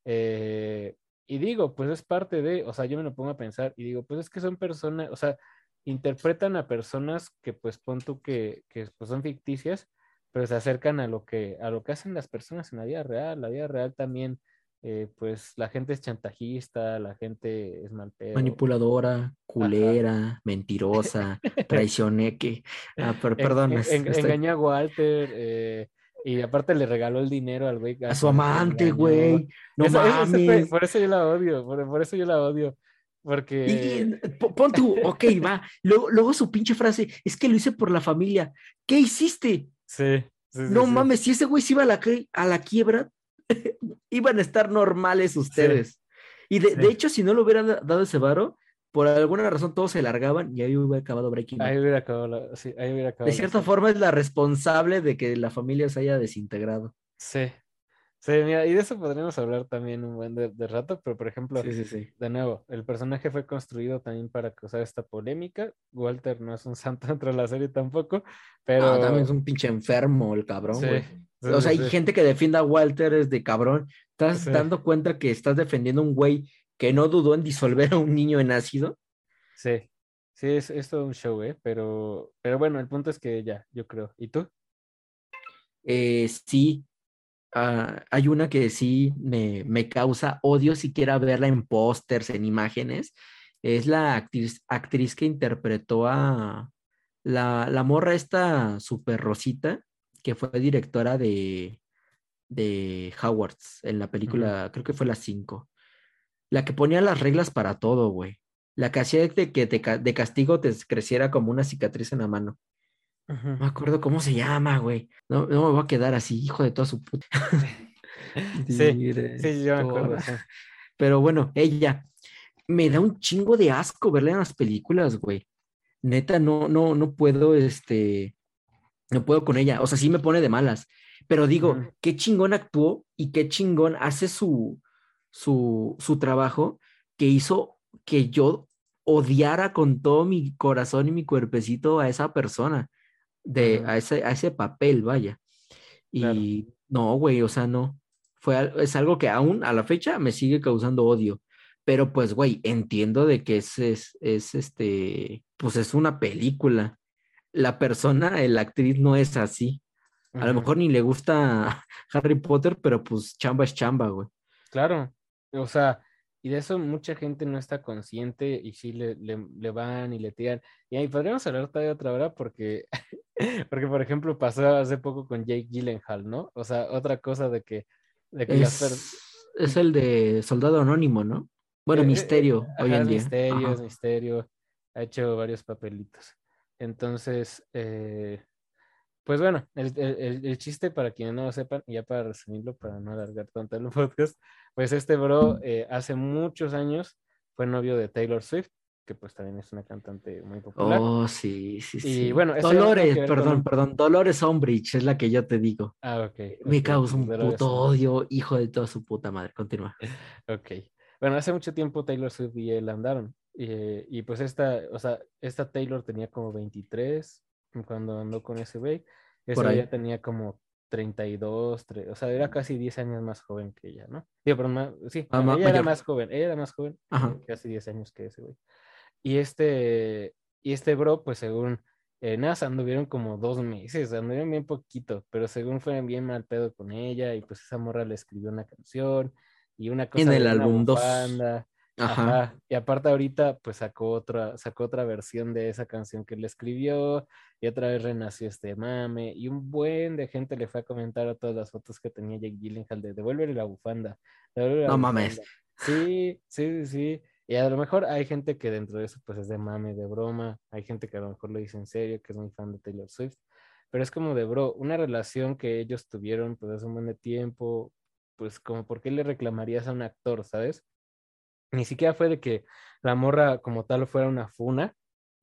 S1: Y digo, pues es parte de, o sea, yo me lo pongo a pensar y digo, pues es que son personas, o sea, interpretan a personas que pues pon tú que pues son ficticias, pero se acercan a lo que hacen las personas en la vida real. La vida real también, pues la gente es chantajista, la gente es mal pedo.
S2: Manipuladora,
S1: Ajá.
S2: culera, mentirosa, traicioneque. Ah, perdón,
S1: Engañó a Walter, y aparte le regaló el dinero al güey
S2: a
S1: a
S2: su
S1: con el que lo
S2: amante,
S1: engañó.
S2: güey. No mames.
S1: Por eso yo la odio, por eso yo la odio,
S2: Y
S1: porque
S2: pon tú, ok, va. Luego su pinche frase, es que lo hice por la familia. ¿Qué hiciste?
S1: sí, sí, sí,
S2: No
S1: sí,
S2: mames, si ese güey se iba a la quiebra, iban a estar normales
S1: sí,
S2: ustedes. Y
S1: Sí,
S2: de hecho, si no le hubieran dado ese varo, por alguna razón todos se largaban y ahí hubiera acabado Breaking Bad.
S1: ahí hubiera acabado sí, ahí hubiera
S2: De
S1: acabado la
S2: cierta
S1: serie.
S2: forma es la responsable de que la familia se haya desintegrado.
S1: Sí, sí, mira, y de eso podríamos hablar también un buen de rato, pero por ejemplo,
S2: Sí, sí, sí.
S1: de nuevo, el personaje fue construido también para causar esta polémica. Walter no es un santo dentro de la serie tampoco,
S2: Ah, también es
S1: pero
S2: un pinche enfermo el cabrón,
S1: sí,
S2: güey. O
S1: sí,
S2: sea, hay
S1: sí,
S2: gente que defienda a Walter es de cabrón. ¿Estás
S1: sí,
S2: dando cuenta que estás defendiendo a un güey que no dudó en disolver a un niño en ácido?
S1: sí, sí, es todo un show, ¿eh? Pero bueno, el punto es que ya, yo creo. ¿Y tú?
S2: Sí, hay una que sí me causa odio siquiera verla en pósters, en imágenes. Es la actriz que interpretó a la morra esta super rosita, que fue directora de Howards en la
S1: Ujú,
S2: película, creo que fue la 5. La que ponía las reglas para todo, güey. La que hacía de que de castigo te creciera como una cicatriz en la mano.
S1: ujú.
S2: No me acuerdo cómo se llama, güey. No, no me voy a quedar así, hijo de toda su puta
S1: Sí, sí, yo me acuerdo,
S2: directora.
S1: sí.
S2: Pero bueno, ella me da un chingo de asco verla en las películas, güey. Neta, no puedo, no puedo con ella. O sea, sí me pone de malas. Pero digo,
S1: Ujú,
S2: qué chingón actuó y qué chingón hace su trabajo que hizo que yo odiara con todo mi corazón y mi cuerpecito a esa persona,
S1: ujú,
S2: a ese papel, vaya.
S1: claro.
S2: Y no, güey, o sea, no. Es algo que aún a la fecha me sigue causando odio. Pero pues, güey, entiendo de que pues es una película. La persona, la actriz no es así. A lo
S1: Ujú.
S2: mejor ni le gusta Harry Potter, pero pues chamba es chamba, güey.
S1: Claro, o sea, y de eso mucha gente no está consciente y sí le van y le tiran. Y ahí podríamos hablar todavía otra hora porque, porque por ejemplo, pasó hace poco con Jake Gyllenhaal, ¿no? O sea, otra cosa de que las personas...
S2: Es el de Soldado Anónimo, ¿no? Bueno, Misterio hoy
S1: Ajá,
S2: en día.
S1: es
S2: Ajá.
S1: misterio, ha hecho varios papelitos. Entonces, pues bueno, el chiste para quienes no lo sepan, y ya para resumirlo, para no alargar tanto el podcast, pues este bro hace muchos años fue novio de Taylor Swift, que pues también es una cantante muy popular.
S2: Oh, sí, sí,
S1: Y
S2: sí.
S1: bueno, esto ya no tiene
S2: Dolores,
S1: que ver con
S2: perdón,
S1: un...
S2: perdón. Dolores Umbridge es la que yo te digo.
S1: Ah, ok,
S2: Me
S1: ok,
S2: causa
S1: sí,
S2: un
S1: Dolores
S2: puto
S1: Umbridge.
S2: odio, hijo de toda su puta madre. Continúa.
S1: Ok. Bueno, hace mucho tiempo Taylor Swift y él andaron. Y pues esta, o sea, esta Taylor tenía como 23 cuando andó con ese güey. Ese
S2: Por
S1: güey ya
S2: ahí.
S1: tenía como 32 o sea, era casi 10 años más joven que ella, ¿no? Digo, pero sí, no, ella era
S2: Mayor.
S1: más joven, ella era más joven,
S2: Ajá.
S1: casi 10 años que ese güey. Y este bro, pues según nada, anduvieron como 2 meses, anduvieron bien poquito, pero según fueron bien mal pedo con ella, y pues esa morra le escribió una canción y una
S2: En
S1: cosa
S2: el
S1: de una
S2: álbum 2.
S1: bufanda,
S2: Ajá.
S1: ajá, y aparte ahorita pues sacó otra versión de esa canción que le escribió, y otra vez renació este mame, y un buen de gente le fue a comentar a todas las fotos que tenía Jake Gyllenhaal de devuélvele la bufanda, devuélvele la
S2: No mames.
S1: bufanda. Sí, sí, sí, sí. Y a lo mejor hay gente que dentro de eso pues es de mame, de broma, hay gente que a lo mejor lo dice en serio, que es muy fan de Taylor Swift, pero es como de bro, una relación que ellos tuvieron pues hace un buen de tiempo, pues como por qué le reclamarías a un actor, ¿sabes? Ni siquiera fue de que la morra como tal fuera una funa,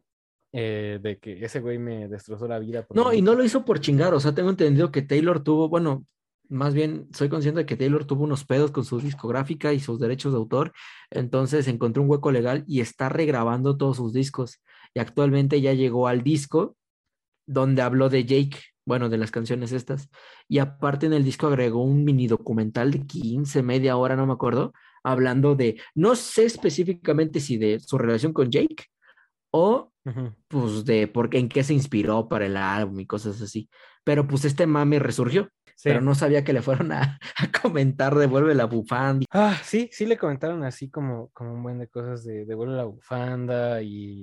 S1: de que ese güey me destrozó la vida porque
S2: No,
S1: me
S2: y no
S1: hizo...
S2: lo hizo por chingar. O sea, tengo entendido que Taylor tuvo, bueno, más bien soy consciente de que Taylor tuvo unos pedos con su discográfica y sus derechos de autor. Entonces encontró un hueco legal y está regrabando todos sus discos. Y actualmente ya llegó al disco donde habló de Jake, bueno, de las canciones estas. Y aparte en el disco agregó un mini documental de 15 media hora, no me acuerdo, hablando de, no sé específicamente si de su relación con Jake o
S1: Ujú.
S2: pues de en qué se inspiró para el álbum y cosas así. Pero pues este mame resurgió, pero
S1: Sí.
S2: no sabía que le fueron a comentar devuelve la bufanda.
S1: Ah, sí, sí le comentaron así como un buen de cosas de devuelve la bufanda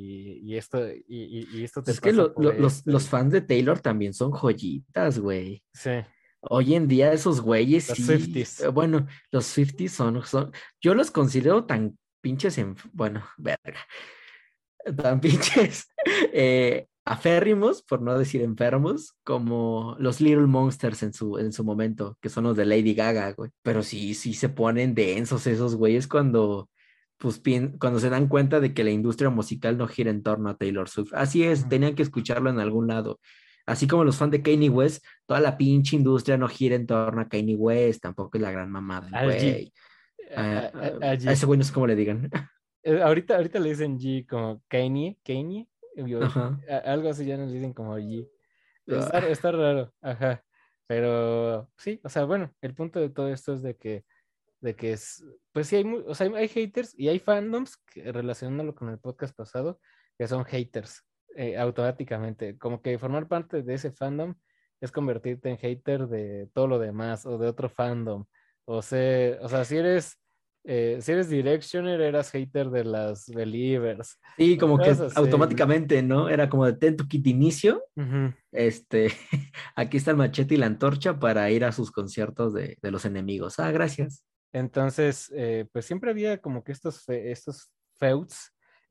S1: y esto te
S2: Es que
S1: pasa por esto.
S2: los fans de Taylor también son joyitas, güey.
S1: Sí,
S2: Hoy en día esos güeyes
S1: los
S2: sí,
S1: Swifties.
S2: bueno, los Swifties yo los considero tan pinches, bueno, verga, tan pinches aférrimos, por no decir enfermos, como los Little Monsters en su momento, que son los de Lady Gaga, güey. Pero sí, sí se ponen densos esos güeyes cuando pues cuando se dan cuenta de que la industria musical no gira en torno a Taylor Swift. Así es,
S1: Ujú.
S2: tenían que escucharlo en algún lado. Así como los fans de Kanye West, toda la pinche industria no gira en torno a Kanye West, tampoco es la gran mamada el
S1: Al G.
S2: güey.
S1: A
S2: A
S1: G.
S2: ese güey no sé cómo le digan.
S1: Ahorita le dicen G como Kanye,
S2: Ajá.
S1: algo así ya nos dicen como G.
S2: Ah,
S1: Está raro, ajá. Pero sí, o sea, bueno, el punto de todo esto es de que es, pues sí, o sea, hay haters y hay fandoms que, relacionándolo con el podcast pasado, que son haters automáticamente. Como que formar parte de ese fandom es convertirte en hater de todo lo demás o de otro fandom. O sea, si eres Directioner, eras hater de las Believers.
S2: sí,
S1: O
S2: como
S1: cosas
S2: que
S1: así.
S2: automáticamente, ¿no? Era como de ten tu kit de inicio.
S1: Ujú.
S2: Este, aquí está el machete y la antorcha para ir a sus conciertos de los enemigos. Ah, gracias.
S1: Entonces, pues siempre había como que estos feuds,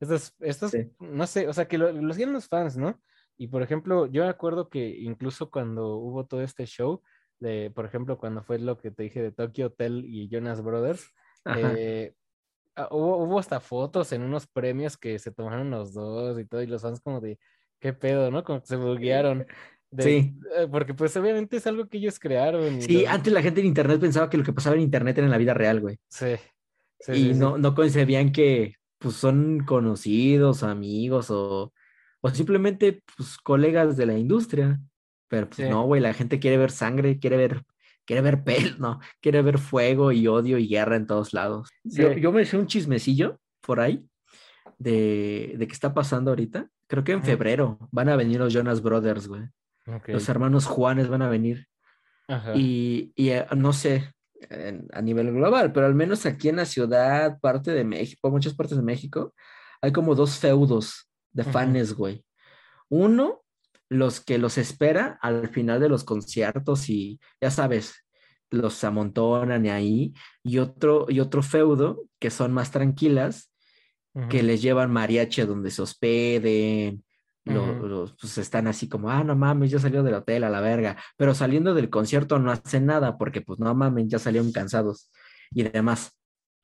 S2: Sí.
S1: no sé, o sea, que lo hacían los fans, ¿no? Y por ejemplo, yo me acuerdo que incluso cuando hubo todo este show, por ejemplo, cuando fue lo que te dije de Tokyo Hotel y Jonas Brothers,
S2: Ajá.
S1: eh, hubo hasta fotos en unos premios que se tomaron los dos y todo, y los fans como de, ¿qué pedo, no? Como que se buguearon.
S2: Sí.
S1: Porque pues obviamente es algo que ellos crearon y
S2: Sí, antes la gente en internet pensaba que lo que pasaba en internet era en la vida real, güey.
S1: sí, sí,
S2: Y
S1: sí, sí.
S2: no concebían que pues son conocidos, amigos o simplemente pues colegas de la industria. Pero
S1: Sí.
S2: pues no, güey, la gente quiere ver sangre, quiere ver pelo, no, quiere ver fuego y odio y guerra en todos lados. Yo,
S1: Sí,
S2: yo me sé un chismecillo por ahí de qué está pasando ahorita. Creo que en
S1: ujú,
S2: febrero van a venir los Jonas Brothers, güey. Los
S1: ok,
S2: hermanos Juanes van a venir.
S1: ajá,
S2: Y no sé a nivel global, pero al menos aquí en la ciudad, parte de México, muchas partes de México, hay como dos feudos de
S1: ujú,
S2: fans, güey. Uno, los que los espera al final de los conciertos y ya sabes, los amontonan y ahí, y otro feudo que son más tranquilas que
S1: ujú,
S2: les llevan mariachi a donde se hospeden,
S1: ujú,
S2: pues están así como, ah, no mames, ya salió del hotel a la verga, pero saliendo del concierto no hacen nada porque pues no mames, ya salieron cansados y demás.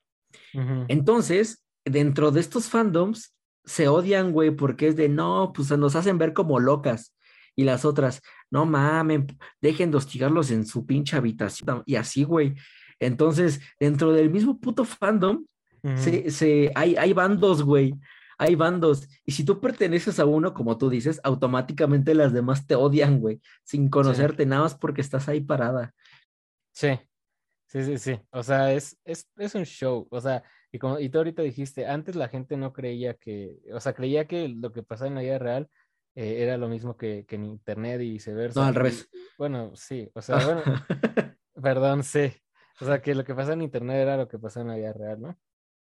S1: ujú.
S2: Entonces, dentro de estos fandoms se odian, güey, porque es de, no, pues nos hacen ver como locas. Y las otras, no mamen, dejen de hostigarlos en su pinche habitación. Y así, güey. Entonces, dentro del mismo puto fandom,
S1: Ujú.
S2: hay bandos, güey. Hay bandos. Y si tú perteneces a uno, como tú dices, automáticamente las demás te odian, güey, sin
S1: Sí,
S2: conocerte, nada más porque estás ahí parada.
S1: sí, sí, sí, sí. O sea, es un show. O sea, y tú ahorita dijiste, antes la gente no creía o sea, creía que lo que pasaba en la vida real era lo mismo que en internet y
S2: No,
S1: viceversa.
S2: al
S1: Y
S2: revés.
S1: bueno, sí, o sea, bueno, perdón, sí. O sea, que lo que pasa en internet era lo que pasa en la vida real, ¿no?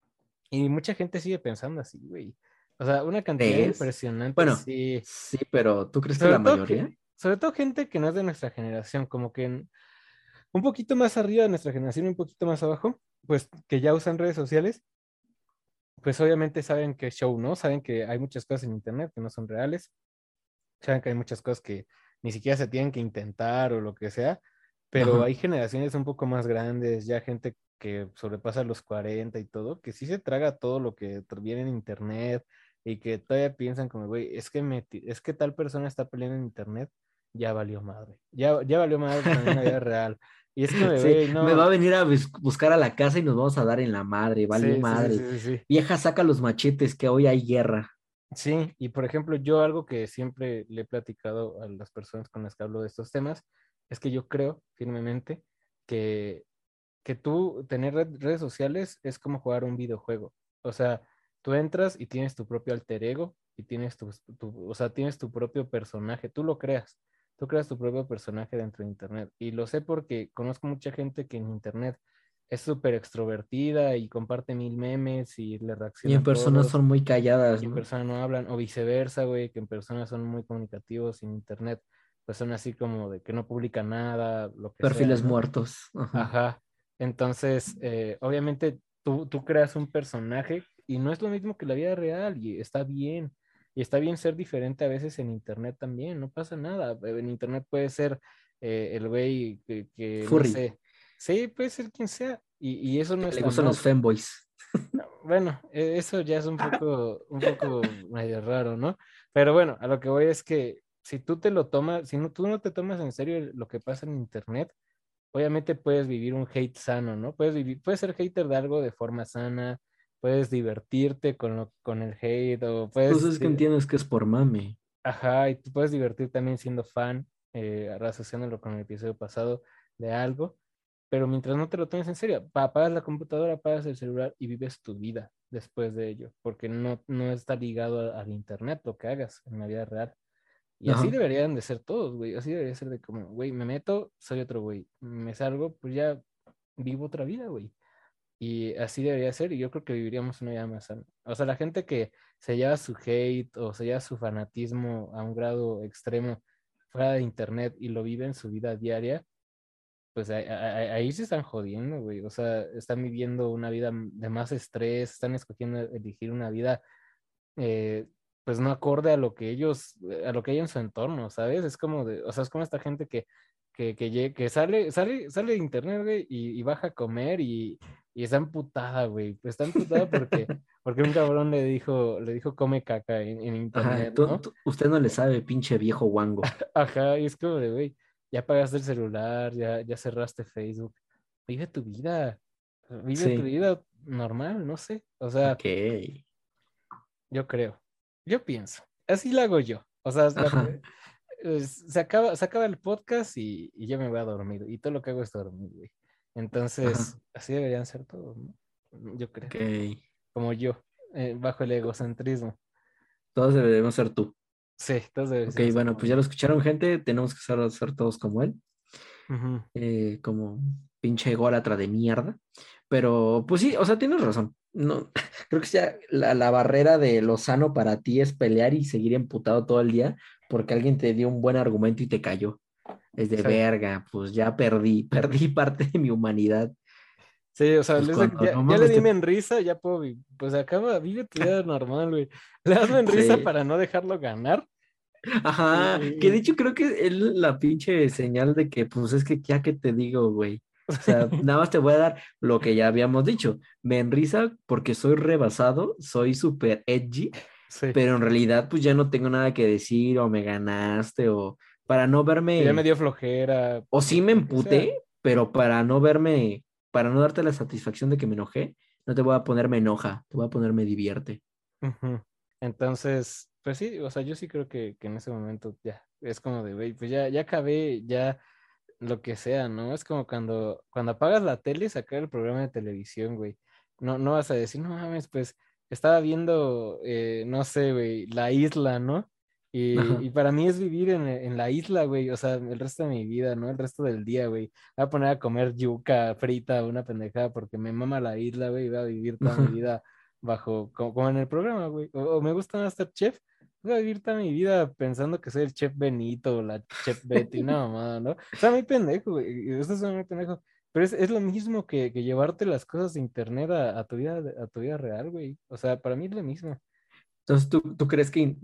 S1: Y mucha gente sigue pensando así, güey. O sea, una cantidad
S2: ¿Es?
S1: impresionante,
S2: Bueno,
S1: sí.
S2: sí, pero ¿tú crees que la
S1: Sobre todo
S2: mayoría?
S1: gente que no es de nuestra generación, como que un poquito más arriba de nuestra generación, un poquito más abajo, pues que ya usan redes sociales, pues obviamente saben que es show, ¿no? Saben que hay muchas cosas en internet que no son reales, saben que hay muchas cosas que ni siquiera se tienen que intentar o lo que sea, pero
S2: Ajá.
S1: hay generaciones un poco más grandes, ya gente que sobrepasa los 40 y todo, que sí se traga todo lo que viene en internet y que todavía piensan como, güey, es que tal persona está peleando en internet, ya valió madre, ya valió madre también en la vida real. Y es como, de,
S2: Sí,
S1: güey,
S2: me va
S1: no,
S2: a venir a buscar a la casa y nos vamos a dar en la madre, valió
S1: sí, sí, sí,
S2: madre.
S1: sí, sí, sí.
S2: Vieja, saca los machetes, que hoy hay guerra.
S1: Sí, y por ejemplo, yo algo que siempre le he platicado a las personas con las que hablo de estos temas es que yo creo firmemente que, que tú tener redes sociales es como jugar un videojuego. O sea, tú entras y tienes tu propio alter ego y tienes o sea, tienes tu propio personaje, tú lo creas. Tú creas tu propio personaje dentro de Internet. Y lo sé porque conozco mucha gente que en Internet es súper extrovertida y comparte mil memes y le
S2: Y
S1: reacciona
S2: en
S1: a
S2: personas
S1: todos
S2: son muy calladas,
S1: y en
S2: ¿no?
S1: persona no hablan, o viceversa, güey, que en persona son muy comunicativos y en internet, pues son así como de que no publican nada, lo que sea,
S2: Perfiles
S1: ¿no?
S2: muertos. Ajá.
S1: Ajá. Entonces, obviamente tú creas un personaje y no es lo mismo que la vida real y está bien. Y está bien ser diferente a veces en internet también, no pasa nada. En internet puede ser el güey no
S2: Furry,
S1: sé, sí, puede ser quien sea y eso no
S2: que le
S1: está
S2: gustan los
S1: mal.
S2: femboys.
S1: bueno, eso ya es un poco medio raro, ¿no? Pero bueno, a lo que voy es que si tú te lo tomas, si no, tú no te tomas en serio lo que pasa en internet, obviamente puedes vivir un hate sano, ¿no? Puedes ser hater de algo de forma sana, puedes divertirte con el hate, o
S2: Pues
S1: puedes,
S2: es que entiendes que es por mame.
S1: ajá, y tú puedes divertir también siendo fan, asociándolo con el episodio pasado de algo, pero mientras no te lo tomes en serio, apagas la computadora, apagas el celular y vives tu vida después de ello, porque no está ligado al internet lo que hagas en la vida real. Y así
S2: Ajá.
S1: deberían de ser todos, güey. Así debería ser de como, güey, me meto, soy otro güey. Me salgo, pues ya vivo otra vida, güey. Y así debería ser, y yo creo que viviríamos una vida más sana. O sea, la gente que se lleva su hate o se lleva su fanatismo a un grado extremo fuera de internet y lo vive en su vida diaria, pues ahí se están jodiendo, güey. O sea, están viviendo una vida de más estrés, están escogiendo elegir una vida eh, pues no acorde a lo que a lo que hay en su entorno, ¿sabes? Es como o sea, es como esta gente que sale de internet, güey, y baja a comer y está emputada, güey. Está emputada porque un cabrón le dijo come caca en
S2: Ajá.
S1: internet, ¿no?
S2: Usted no le sabe, pinche viejo guango.
S1: Ajá, y es como de, güey, ya apagaste el celular, ya cerraste Facebook. Vive tu
S2: Sí.
S1: vida normal, no sé. O sea,
S2: Ok.
S1: yo creo, yo pienso, así lo hago yo. O sea,
S2: Ajá.
S1: se acaba el podcast y yo me voy a dormir. Y todo lo que hago es dormir, güey.
S2: Ajá.
S1: Entonces, así deberían ser todos, ¿no? Yo creo.
S2: Ok.
S1: Como yo, bajo el egocentrismo.
S2: Todos debemos ser tú.
S1: Sí, todos
S2: Ok,
S1: deberían ser
S2: bueno,
S1: como
S2: pues ya
S1: yo.
S2: lo escucharon, gente. Tenemos que ser todos como él.
S1: Ujú.
S2: Como pinche ególatra de mierda. Pero, pues sí, o sea, tienes razón. No, creo que ya la barrera de lo sano para ti es pelear y seguir emputado todo el día porque alguien te dio un buen argumento y te cayó. Es de
S1: Sí.
S2: verga, pues ya perdí parte de mi humanidad.
S1: Sí, o sea,
S2: Pues cuando no
S1: ya le
S2: mames,
S1: di en risa, ya puedo, pues acaba, vive tu vida normal, güey. Le das en risa
S2: sí.
S1: para no dejarlo ganar.
S2: Ajá, que de
S1: Y,
S2: hecho creo que es la pinche señal de que, pues es que ya que te digo, güey. O sea, nada más te voy a dar lo que ya habíamos dicho. Me enrisa porque soy rebasado, soy súper edgy,
S1: sí,
S2: pero en realidad pues ya no tengo nada que decir o me ganaste o para no
S1: ya me
S2: verme,
S1: dio flojera,
S2: o sí me
S1: lo que sea.
S2: emputé, pero para no verme, para no darte la satisfacción de que me enojé, no te voy a poner me enoja, te voy a poner me divierte.
S1: Ujú. Entonces, pues sí, o sea, yo sí creo que en ese momento ya es como de, güey, pues ya acabé, ya lo que sea, ¿no? Es como cuando apagas la tele y sacar el programa de televisión, güey. No vas a decir, no mames, pues estaba viendo, no sé, güey, La Isla, ¿no?
S2: Ajá.
S1: Y para mí es vivir en la isla, güey, o sea, el resto de mi vida, ¿no? El resto del día, güey. Voy a poner a comer yuca frita, una pendejada, porque me mama la isla, güey, y voy a vivir toda mi vida como en el programa, güey. O me gusta Masterchef, voy a vivir toda mi vida pensando que soy el chef Benito o la chef Betty, una mamada, ¿no? Está muy pendejo, güey. Eso es muy pendejo. Pero es lo mismo que llevarte las cosas de internet a tu vida real, güey. O sea, para mí es lo mismo.
S2: Entonces, ¿tú crees que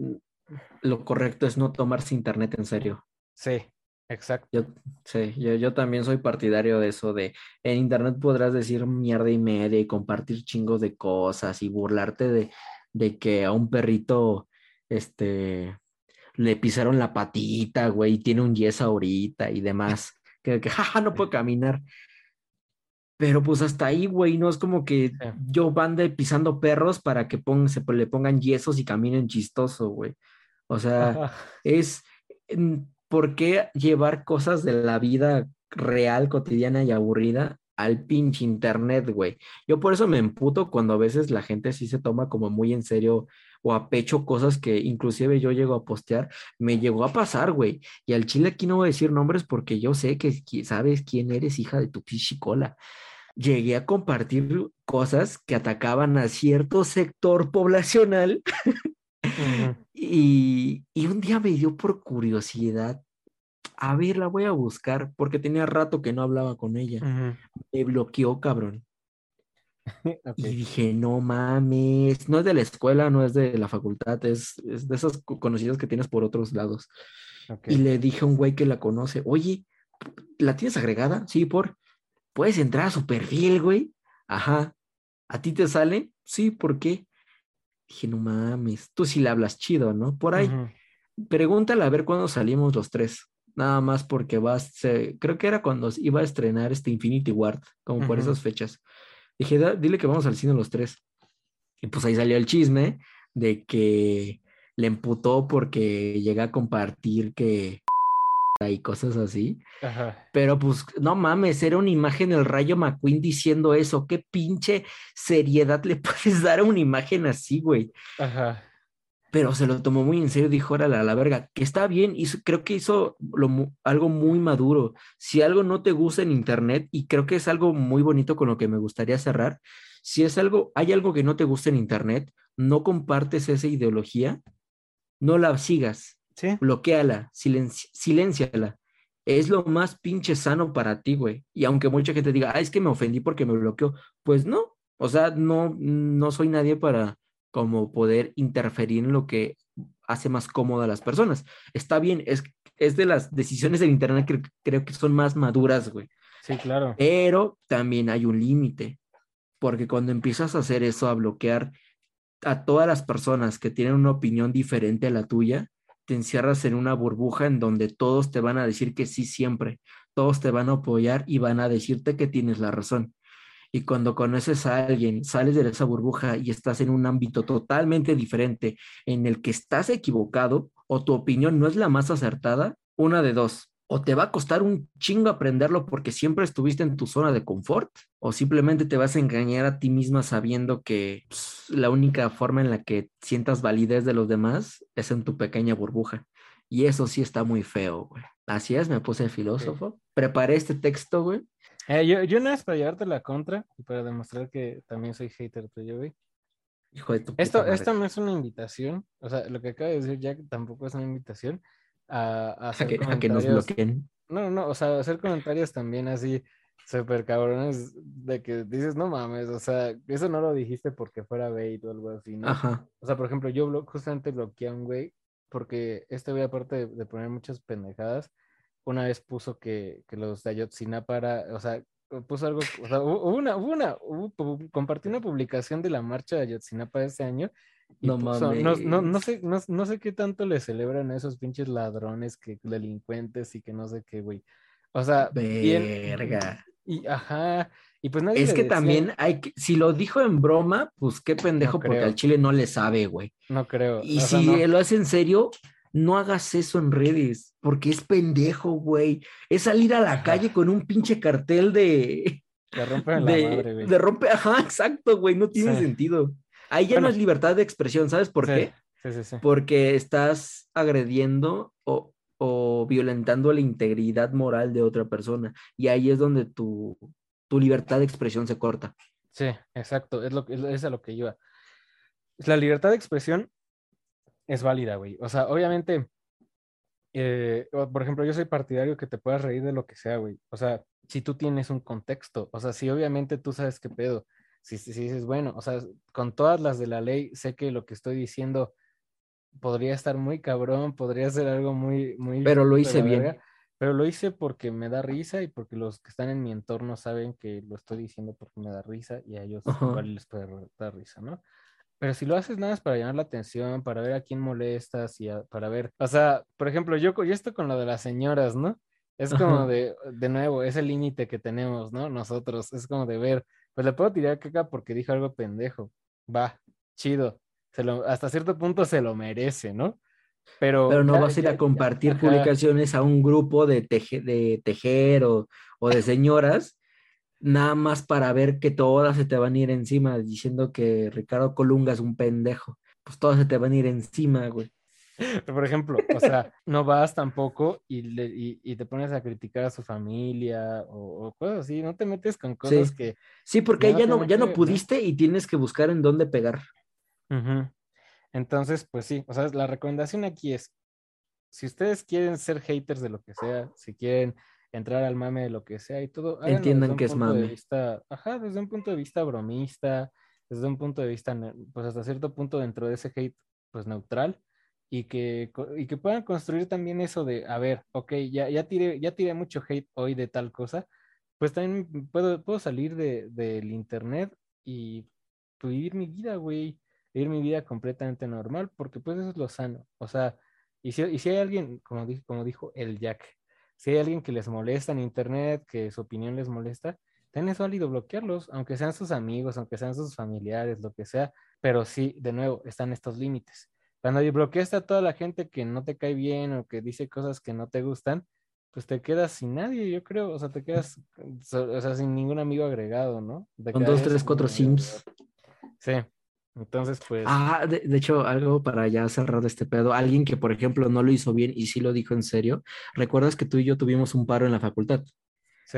S2: lo correcto es no tomarse internet en serio?
S1: Sí,
S2: Yo,
S1: exacto.
S2: sí, yo también soy partidario de eso, de en internet podrás decir mierda y media y compartir chingos de cosas y burlarte de que a un perrito, le pisaron la patita, güey, y tiene un yeso ahorita y demás, que jaja, no puedo caminar. Pero pues hasta ahí, güey, no es como que
S1: Sí.
S2: yo ande pisando perros para que le pongan yesos y caminen chistoso, güey. O sea,
S1: Ajá.
S2: es, ¿por qué llevar cosas de la vida real, cotidiana y aburrida al pinche internet, güey? Yo por eso me emputo cuando a veces la gente sí se toma como muy en serio o a pecho cosas que inclusive yo llego a postear. Me llegó a pasar, güey. Y al chile aquí no voy a decir nombres porque yo sé que sabes quién eres, hija de tu pinche cola. Llegué a compartir cosas que atacaban a cierto sector poblacional
S1: Ujú,
S2: y un día me dio por curiosidad, a ver, la voy a buscar porque tenía rato que no hablaba con ella.
S1: ujú.
S2: Me bloqueó, cabrón.
S1: Ok,
S2: Y dije, no mames, no es de la escuela, no es de la facultad, es de esos conocidos que tienes por otros lados. Y
S1: ok.
S2: le dije a un güey que la conoce, oye, ¿la tienes agregada? Sí, ¿puedes entrar a su perfil, güey? Ajá. ¿A ti te sale? Sí, ¿por qué? Dije, no mames, tú sí le hablas chido, ¿no? Por ahí.
S1: Ujú,
S2: Pregúntale a ver cuándo salimos los tres. Nada más porque creo que era cuando iba a estrenar este Infinity Ward, como por
S1: ujú.
S2: esas fechas. Dije, Dile que vamos al cine los tres. Y pues ahí salió el chisme de que le emputó porque llega a compartir que y cosas así.
S1: Ajá,
S2: Pero pues no mames, era una imagen del Rayo McQueen diciendo eso. ¿Qué pinche seriedad le puedes dar a una imagen así, güey?
S1: ajá,
S2: Pero se lo tomó muy en serio, dijo, órale, a la verga, que está bien, creo que hizo algo muy maduro. Si algo no te gusta en internet, y creo que es algo muy bonito con lo que me gustaría cerrar, si hay algo que no te gusta en internet, no compartes esa ideología, no la sigas,
S1: sí,
S2: bloquéala, silénciala. Es lo más pinche sano para ti, güey. Y aunque mucha gente diga, es que me ofendí porque me bloqueó, pues no, o sea, no soy nadie para como poder interferir en lo que hace más cómoda a las personas. Está bien, es de las decisiones del internet que creo que son más maduras, güey.
S1: sí, claro.
S2: Pero también hay un límite, porque cuando empiezas a hacer eso, a bloquear a todas las personas que tienen una opinión diferente a la tuya, te encierras en una burbuja en donde todos te van a decir que sí siempre, todos te van a apoyar y van a decirte que tienes la razón. Y cuando conoces a alguien, sales de esa burbuja y estás en un ámbito totalmente diferente en el que estás equivocado o tu opinión no es la más acertada, una de dos. O te va a costar un chingo aprenderlo porque siempre estuviste en tu zona de confort, o simplemente te vas a engañar a ti misma sabiendo que pues, la única forma en la que sientas validez de los demás es en tu pequeña burbuja. Y eso sí está muy feo, güey. Así es, me puse
S1: Ok.
S2: filósofo. Preparé este texto, güey.
S1: Yo no es para llevarte la contra y para demostrar que también soy hater tuyo, güey.
S2: Hijo de tu puta
S1: Esto
S2: madre.
S1: no es una invitación, o sea, lo que acaba de decir Jack tampoco es una invitación a hacer
S2: A que nos
S1: comentarios.
S2: bloqueen.
S1: No, no, o sea, hacer comentarios también así súper cabrones de que dices, no mames, o sea, eso no lo dijiste porque fuera bait o algo así, ¿no?
S2: Ajá.
S1: O sea, por ejemplo, justamente bloqueé a un güey porque este güey, aparte de poner muchas pendejadas, una vez puso que los de Ayotzinapa o sea, puso algo, o sea, compartió una publicación de la marcha de Ayotzinapa de ese año y
S2: No
S1: puso,
S2: mames.
S1: no sé qué tanto le celebran a esos pinches ladrones, que delincuentes y que no sé qué, güey. O sea, bien,
S2: Verga.
S1: y ajá, y pues nadie
S2: Es
S1: le
S2: que
S1: decía,
S2: también si lo dijo en broma, pues qué
S1: no
S2: pendejo porque al
S1: creo,
S2: chile no le sabe, güey.
S1: no creo,
S2: Y
S1: o sea,
S2: si
S1: no,
S2: lo hace en serio, no hagas eso en redes, porque es pendejo, güey. Es salir a la
S1: ajá,
S2: calle con un pinche cartel
S1: te rompen la madre, güey.
S2: de rompe, ajá, exacto, güey, no
S1: Sí,
S2: tiene sentido. Ahí ya no es
S1: bueno,
S2: libertad de expresión, ¿sabes por
S1: sí,
S2: qué?
S1: sí.
S2: Porque estás agrediendo o violentando la integridad moral de otra persona. Y ahí es donde tu libertad de expresión se corta.
S1: Sí, exacto, es a lo que iba. La libertad de expresión es válida, güey. O sea, obviamente, por ejemplo, yo soy partidario que te puedas reír de lo que sea, güey. O sea, si tú tienes un contexto, o sea, si obviamente tú sabes qué pedo, si dices, bueno, o sea, con todas las de la ley, sé que lo que estoy diciendo podría estar muy cabrón, podría ser algo muy
S2: Pero lo
S1: de
S2: hice
S1: la verga,
S2: bien.
S1: pero lo hice porque me da risa y porque los que están en mi entorno saben que lo estoy diciendo porque me da risa y a ellos
S2: Ajá,
S1: igual les puede dar risa, ¿no? Pero si lo haces nada más para llamar la atención, para ver a quién molestas y para ver, o sea, por ejemplo, yo esto con lo de las señoras, ¿no? Es como
S2: ajá.
S1: de nuevo, ese límite que tenemos, ¿no? Nosotros, es como de ver, pues le puedo tirar caca porque dijo algo pendejo, va, chido, hasta cierto punto se lo merece, ¿no? Pero
S2: Pero no vas a ir a compartir
S1: ajá,
S2: publicaciones a un grupo de tejer o de señoras, nada más para ver que todas se te van a ir encima diciendo que Ricardo Colunga es un pendejo. Pues todas se te van a ir encima, güey.
S1: por ejemplo, o sea, no vas tampoco y te pones a criticar a su familia o cosas así, no te metes con cosas
S2: Sí,
S1: que
S2: sí, porque
S1: ya
S2: ahí
S1: no tienen
S2: ya
S1: que
S2: no
S1: ver, ¿no?
S2: pudiste y tienes que buscar en dónde pegar.
S1: Ujú. Entonces, pues sí, o sea, la recomendación aquí es, si ustedes quieren ser haters de lo que sea, si quieren entrar al mame de lo que sea y todo, háganlo desde
S2: Entiendan
S1: un
S2: que es
S1: punto de
S2: mame.
S1: vista, ajá, desde un punto de vista bromista, desde un punto de vista, pues hasta cierto punto dentro de ese hate, pues neutral, y que puedan construir también eso de, a ver, ok, ya tiré mucho hate hoy de tal cosa, pues también puedo salir del internet pues, vivir mi vida, güey, vivir mi vida completamente normal, porque pues eso es lo sano, o sea, y si hay alguien, como dijo el Jack, si hay alguien que les molesta en internet, que su opinión les molesta, también es válido bloquearlos, aunque sean sus amigos, aunque sean sus familiares, lo que sea, pero sí, de nuevo, están estos límites. Cuando bloqueas a toda la gente que no te cae bien o que dice cosas que no te gustan, pues te quedas sin nadie, yo creo, o sea, te quedas, o sea, sin ningún amigo agregado, ¿no? Te
S2: Con dos,
S1: quedarías
S2: tres,
S1: sin
S2: cuatro
S1: ningún amigo agregado.
S2: Sims.
S1: Sí, entonces, pues,
S2: Ah, de hecho, algo para ya cerrar este pedo. Alguien que, por ejemplo, no lo hizo bien y sí lo dijo en serio. ¿Recuerdas que tú y yo tuvimos un paro en la facultad?
S1: sí,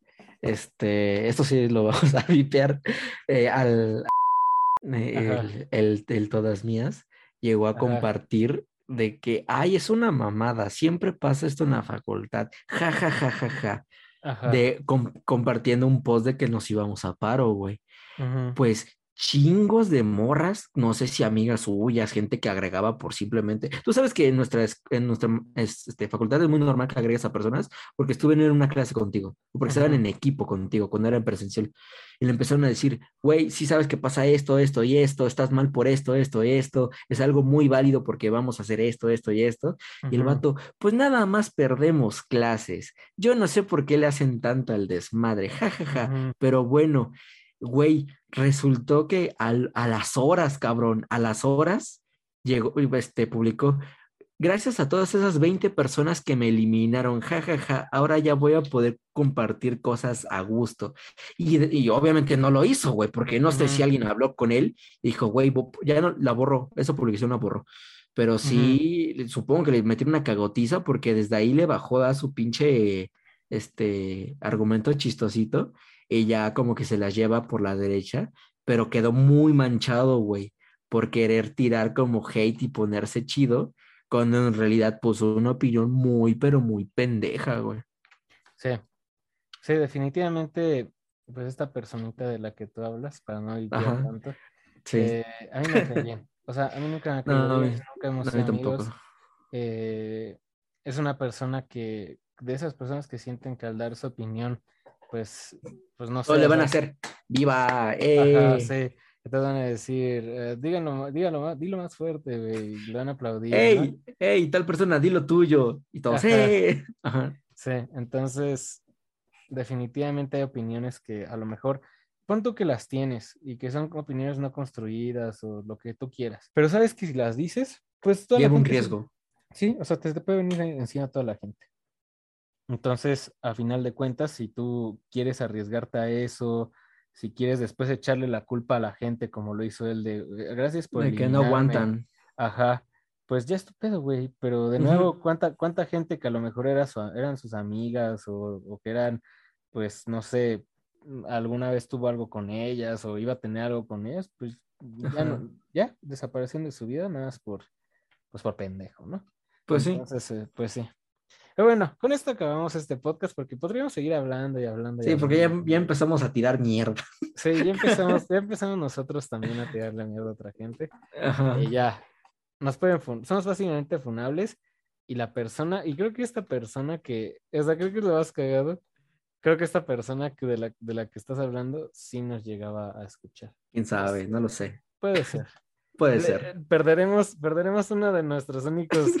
S2: Esto sí lo vamos a vipear. Al
S1: ajá,
S2: el todas mías llegó a
S1: ajá,
S2: compartir de que, ay, es una mamada, siempre pasa esto en la facultad. Ja, ja, ja, ja, ja.
S1: ajá,
S2: Compartiendo un post de que nos íbamos a paro, güey.
S1: ujú,
S2: Pues chingos de morras, no sé si amigas suyas, gente que agregaba por simplemente. Tú sabes que en nuestra facultad es muy normal que agregues a personas porque estuve en una clase contigo o porque estaban
S1: ujú,
S2: en equipo contigo cuando era en presencial y le empezaron a decir, güey, sí sabes que pasa esto, esto y esto, estás mal por esto, esto, esto, es algo muy válido porque vamos a hacer esto, esto y esto. Y el
S1: ujú,
S2: vato, pues nada más perdemos clases. Yo no sé por qué le hacen tanto al desmadre, jajaja,
S1: ujú,
S2: pero bueno. Güey, resultó que a las horas, cabrón, a las horas, llegó, publicó, gracias a todas esas 20 personas que me eliminaron, jajaja, ahora ya voy a poder compartir cosas a gusto. Y obviamente no lo hizo, güey, porque no sé si
S1: ujú,
S2: alguien habló con él y dijo, güey, ya no la borró, esa publicación la borró. Pero
S1: ujú.
S2: sí, supongo que le metieron una cagotiza porque desde ahí le bajó a su pinche, argumento chistosito y ya como que se las lleva por la derecha, pero quedó muy manchado, güey, por querer tirar como hate y ponerse chido cuando en realidad puso una opinión muy, pero muy pendeja, güey.
S1: Sí, sí, definitivamente, pues esta personita de la que tú hablas, para no vipiar
S2: Ajá,
S1: tanto,
S2: sí.
S1: a mí no me cae bien, o sea, a mí nunca me ha
S2: No,
S1: caído
S2: a
S1: bien,
S2: mí,
S1: nunca hemos
S2: no, a mí
S1: sido
S2: tampoco.
S1: amigos. Es una persona de esas personas que sienten que al dar su opinión, pues, pues no
S2: Todo
S1: sé,
S2: le
S1: o
S2: van a
S1: sea,
S2: hacer. ¡Viva!
S1: ajá, sí, que te van a decir, dilo más fuerte, güey, y le van a aplaudir, ¿no?
S2: ¡Ey! ¡Ey! Tal persona, di lo tuyo. Y todos,
S1: Ajá,
S2: ¡eh! Ajá.
S1: sí, entonces, definitivamente hay opiniones que a lo mejor, pon tú que las tienes y que son opiniones no construidas o lo que tú quieras, pero sabes que si las dices, pues toda la
S2: Lleva un
S1: gente se,
S2: riesgo.
S1: sí, o sea, te puede venir encima toda la gente. Entonces, a final de cuentas, si tú quieres arriesgarte a eso, si quieres después echarle la culpa a la gente, como lo hizo él de gracias por
S2: De que no
S1: eliminarme,
S2: aguantan.
S1: ajá, pues ya es tu pedo, güey. Pero de
S2: Ujú.
S1: nuevo, ¿cuánta gente que a lo mejor eran sus amigas o que eran, pues, no sé, alguna vez tuvo algo con ellas o iba a tener algo con ellas, pues ya
S2: Ajá.
S1: no, ya desaparecieron de su vida nada más pues por pendejo, ¿no?
S2: Pues sí.
S1: Entonces, pues sí. Pero bueno, con esto acabamos este podcast porque podríamos seguir hablando y hablando y
S2: Sí, porque
S1: hablando y
S2: ya
S1: hablando.
S2: empezamos a tirar mierda.
S1: Sí, ya empezamos nosotros también a tirarle mierda a otra gente.
S2: Ajá.
S1: Ya, somos básicamente funables y la persona, y creo que esta persona o sea, creo que es lo más cagado, creo que esta persona de la que estás hablando sí nos llegaba a escuchar.
S2: ¿Quién
S1: No
S2: sabe?
S1: sé,
S2: No lo sé.
S1: puede ser.
S2: Puede ser.
S1: Perderemos uno de nuestros únicos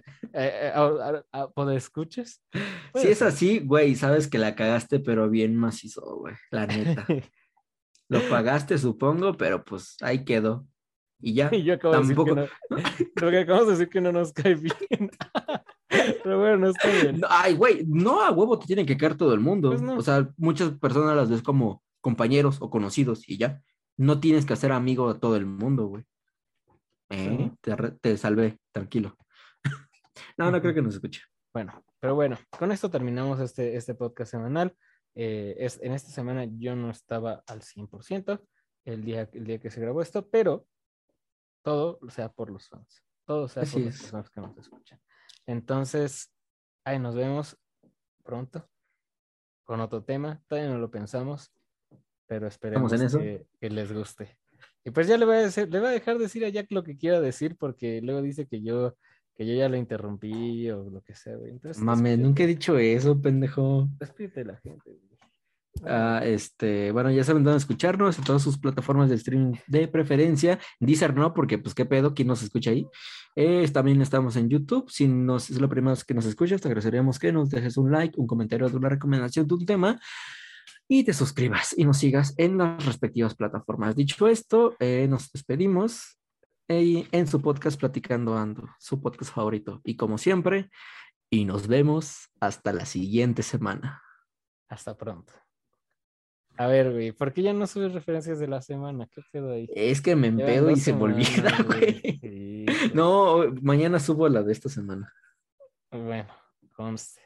S1: podescuchas.
S2: Si
S1: Puede
S2: es
S1: ser.
S2: así, güey, sabes que la cagaste, pero bien macizo, güey. La neta. Lo pagaste, supongo, pero pues ahí quedó. Y ya.
S1: Y yo acabo de decir que
S2: Tampoco.
S1: no, creo que acabamos de decir que no nos cae bien. Pero bueno, está bien.
S2: No, ay, güey, no a huevo te tienen que caer todo el
S1: Pues
S2: mundo. O
S1: no.
S2: sea, muchas personas las ves como compañeros o conocidos y ya. No tienes que hacer amigo a todo el mundo, güey.
S1: Pues no.
S2: Te salvé, tranquilo. No, no creo
S1: Ujú.
S2: que nos escuche.
S1: Bueno, pero bueno, con esto terminamos este podcast semanal. En esta semana yo no estaba al 100% el día que se grabó esto, pero todo sea por los fans. Todo sea por
S2: Así
S1: las
S2: es.
S1: personas que nos escuchan. Entonces, ahí nos vemos pronto con otro tema. Todavía no lo pensamos, pero
S2: Estamos en
S1: esperemos
S2: eso.
S1: que les guste. Y pues ya le voy a dejar decir a Jack lo que quiera decir, porque luego dice que yo ya lo interrumpí o lo que sea, güey. Entonces,
S2: Mame, nunca he dicho eso, pendejo.
S1: despídete de la gente, güey.
S2: Bueno, ya saben dónde escucharnos en todas sus plataformas de streaming de preferencia. Deezer no, porque pues qué pedo, ¿quién nos escucha ahí? También estamos en YouTube. Si nos es lo primero que nos escuchas, te agradeceríamos que nos dejes un like, un comentario de una recomendación de un tema y te suscribas y nos sigas en las respectivas plataformas. Dicho esto, nos despedimos en su podcast Platicando Ando, su podcast favorito. Y como siempre, y nos vemos hasta la siguiente semana.
S1: Hasta pronto. A ver, güey, ¿por qué ya no subes referencias de la semana? ¿Qué pedo ahí?
S2: Es que me
S1: Llevan
S2: empedo y
S1: dos
S2: se me olvida,
S1: semanas, güey.
S2: güey.
S1: Sí, güey.
S2: No, mañana subo la de esta semana.
S1: Bueno, conste.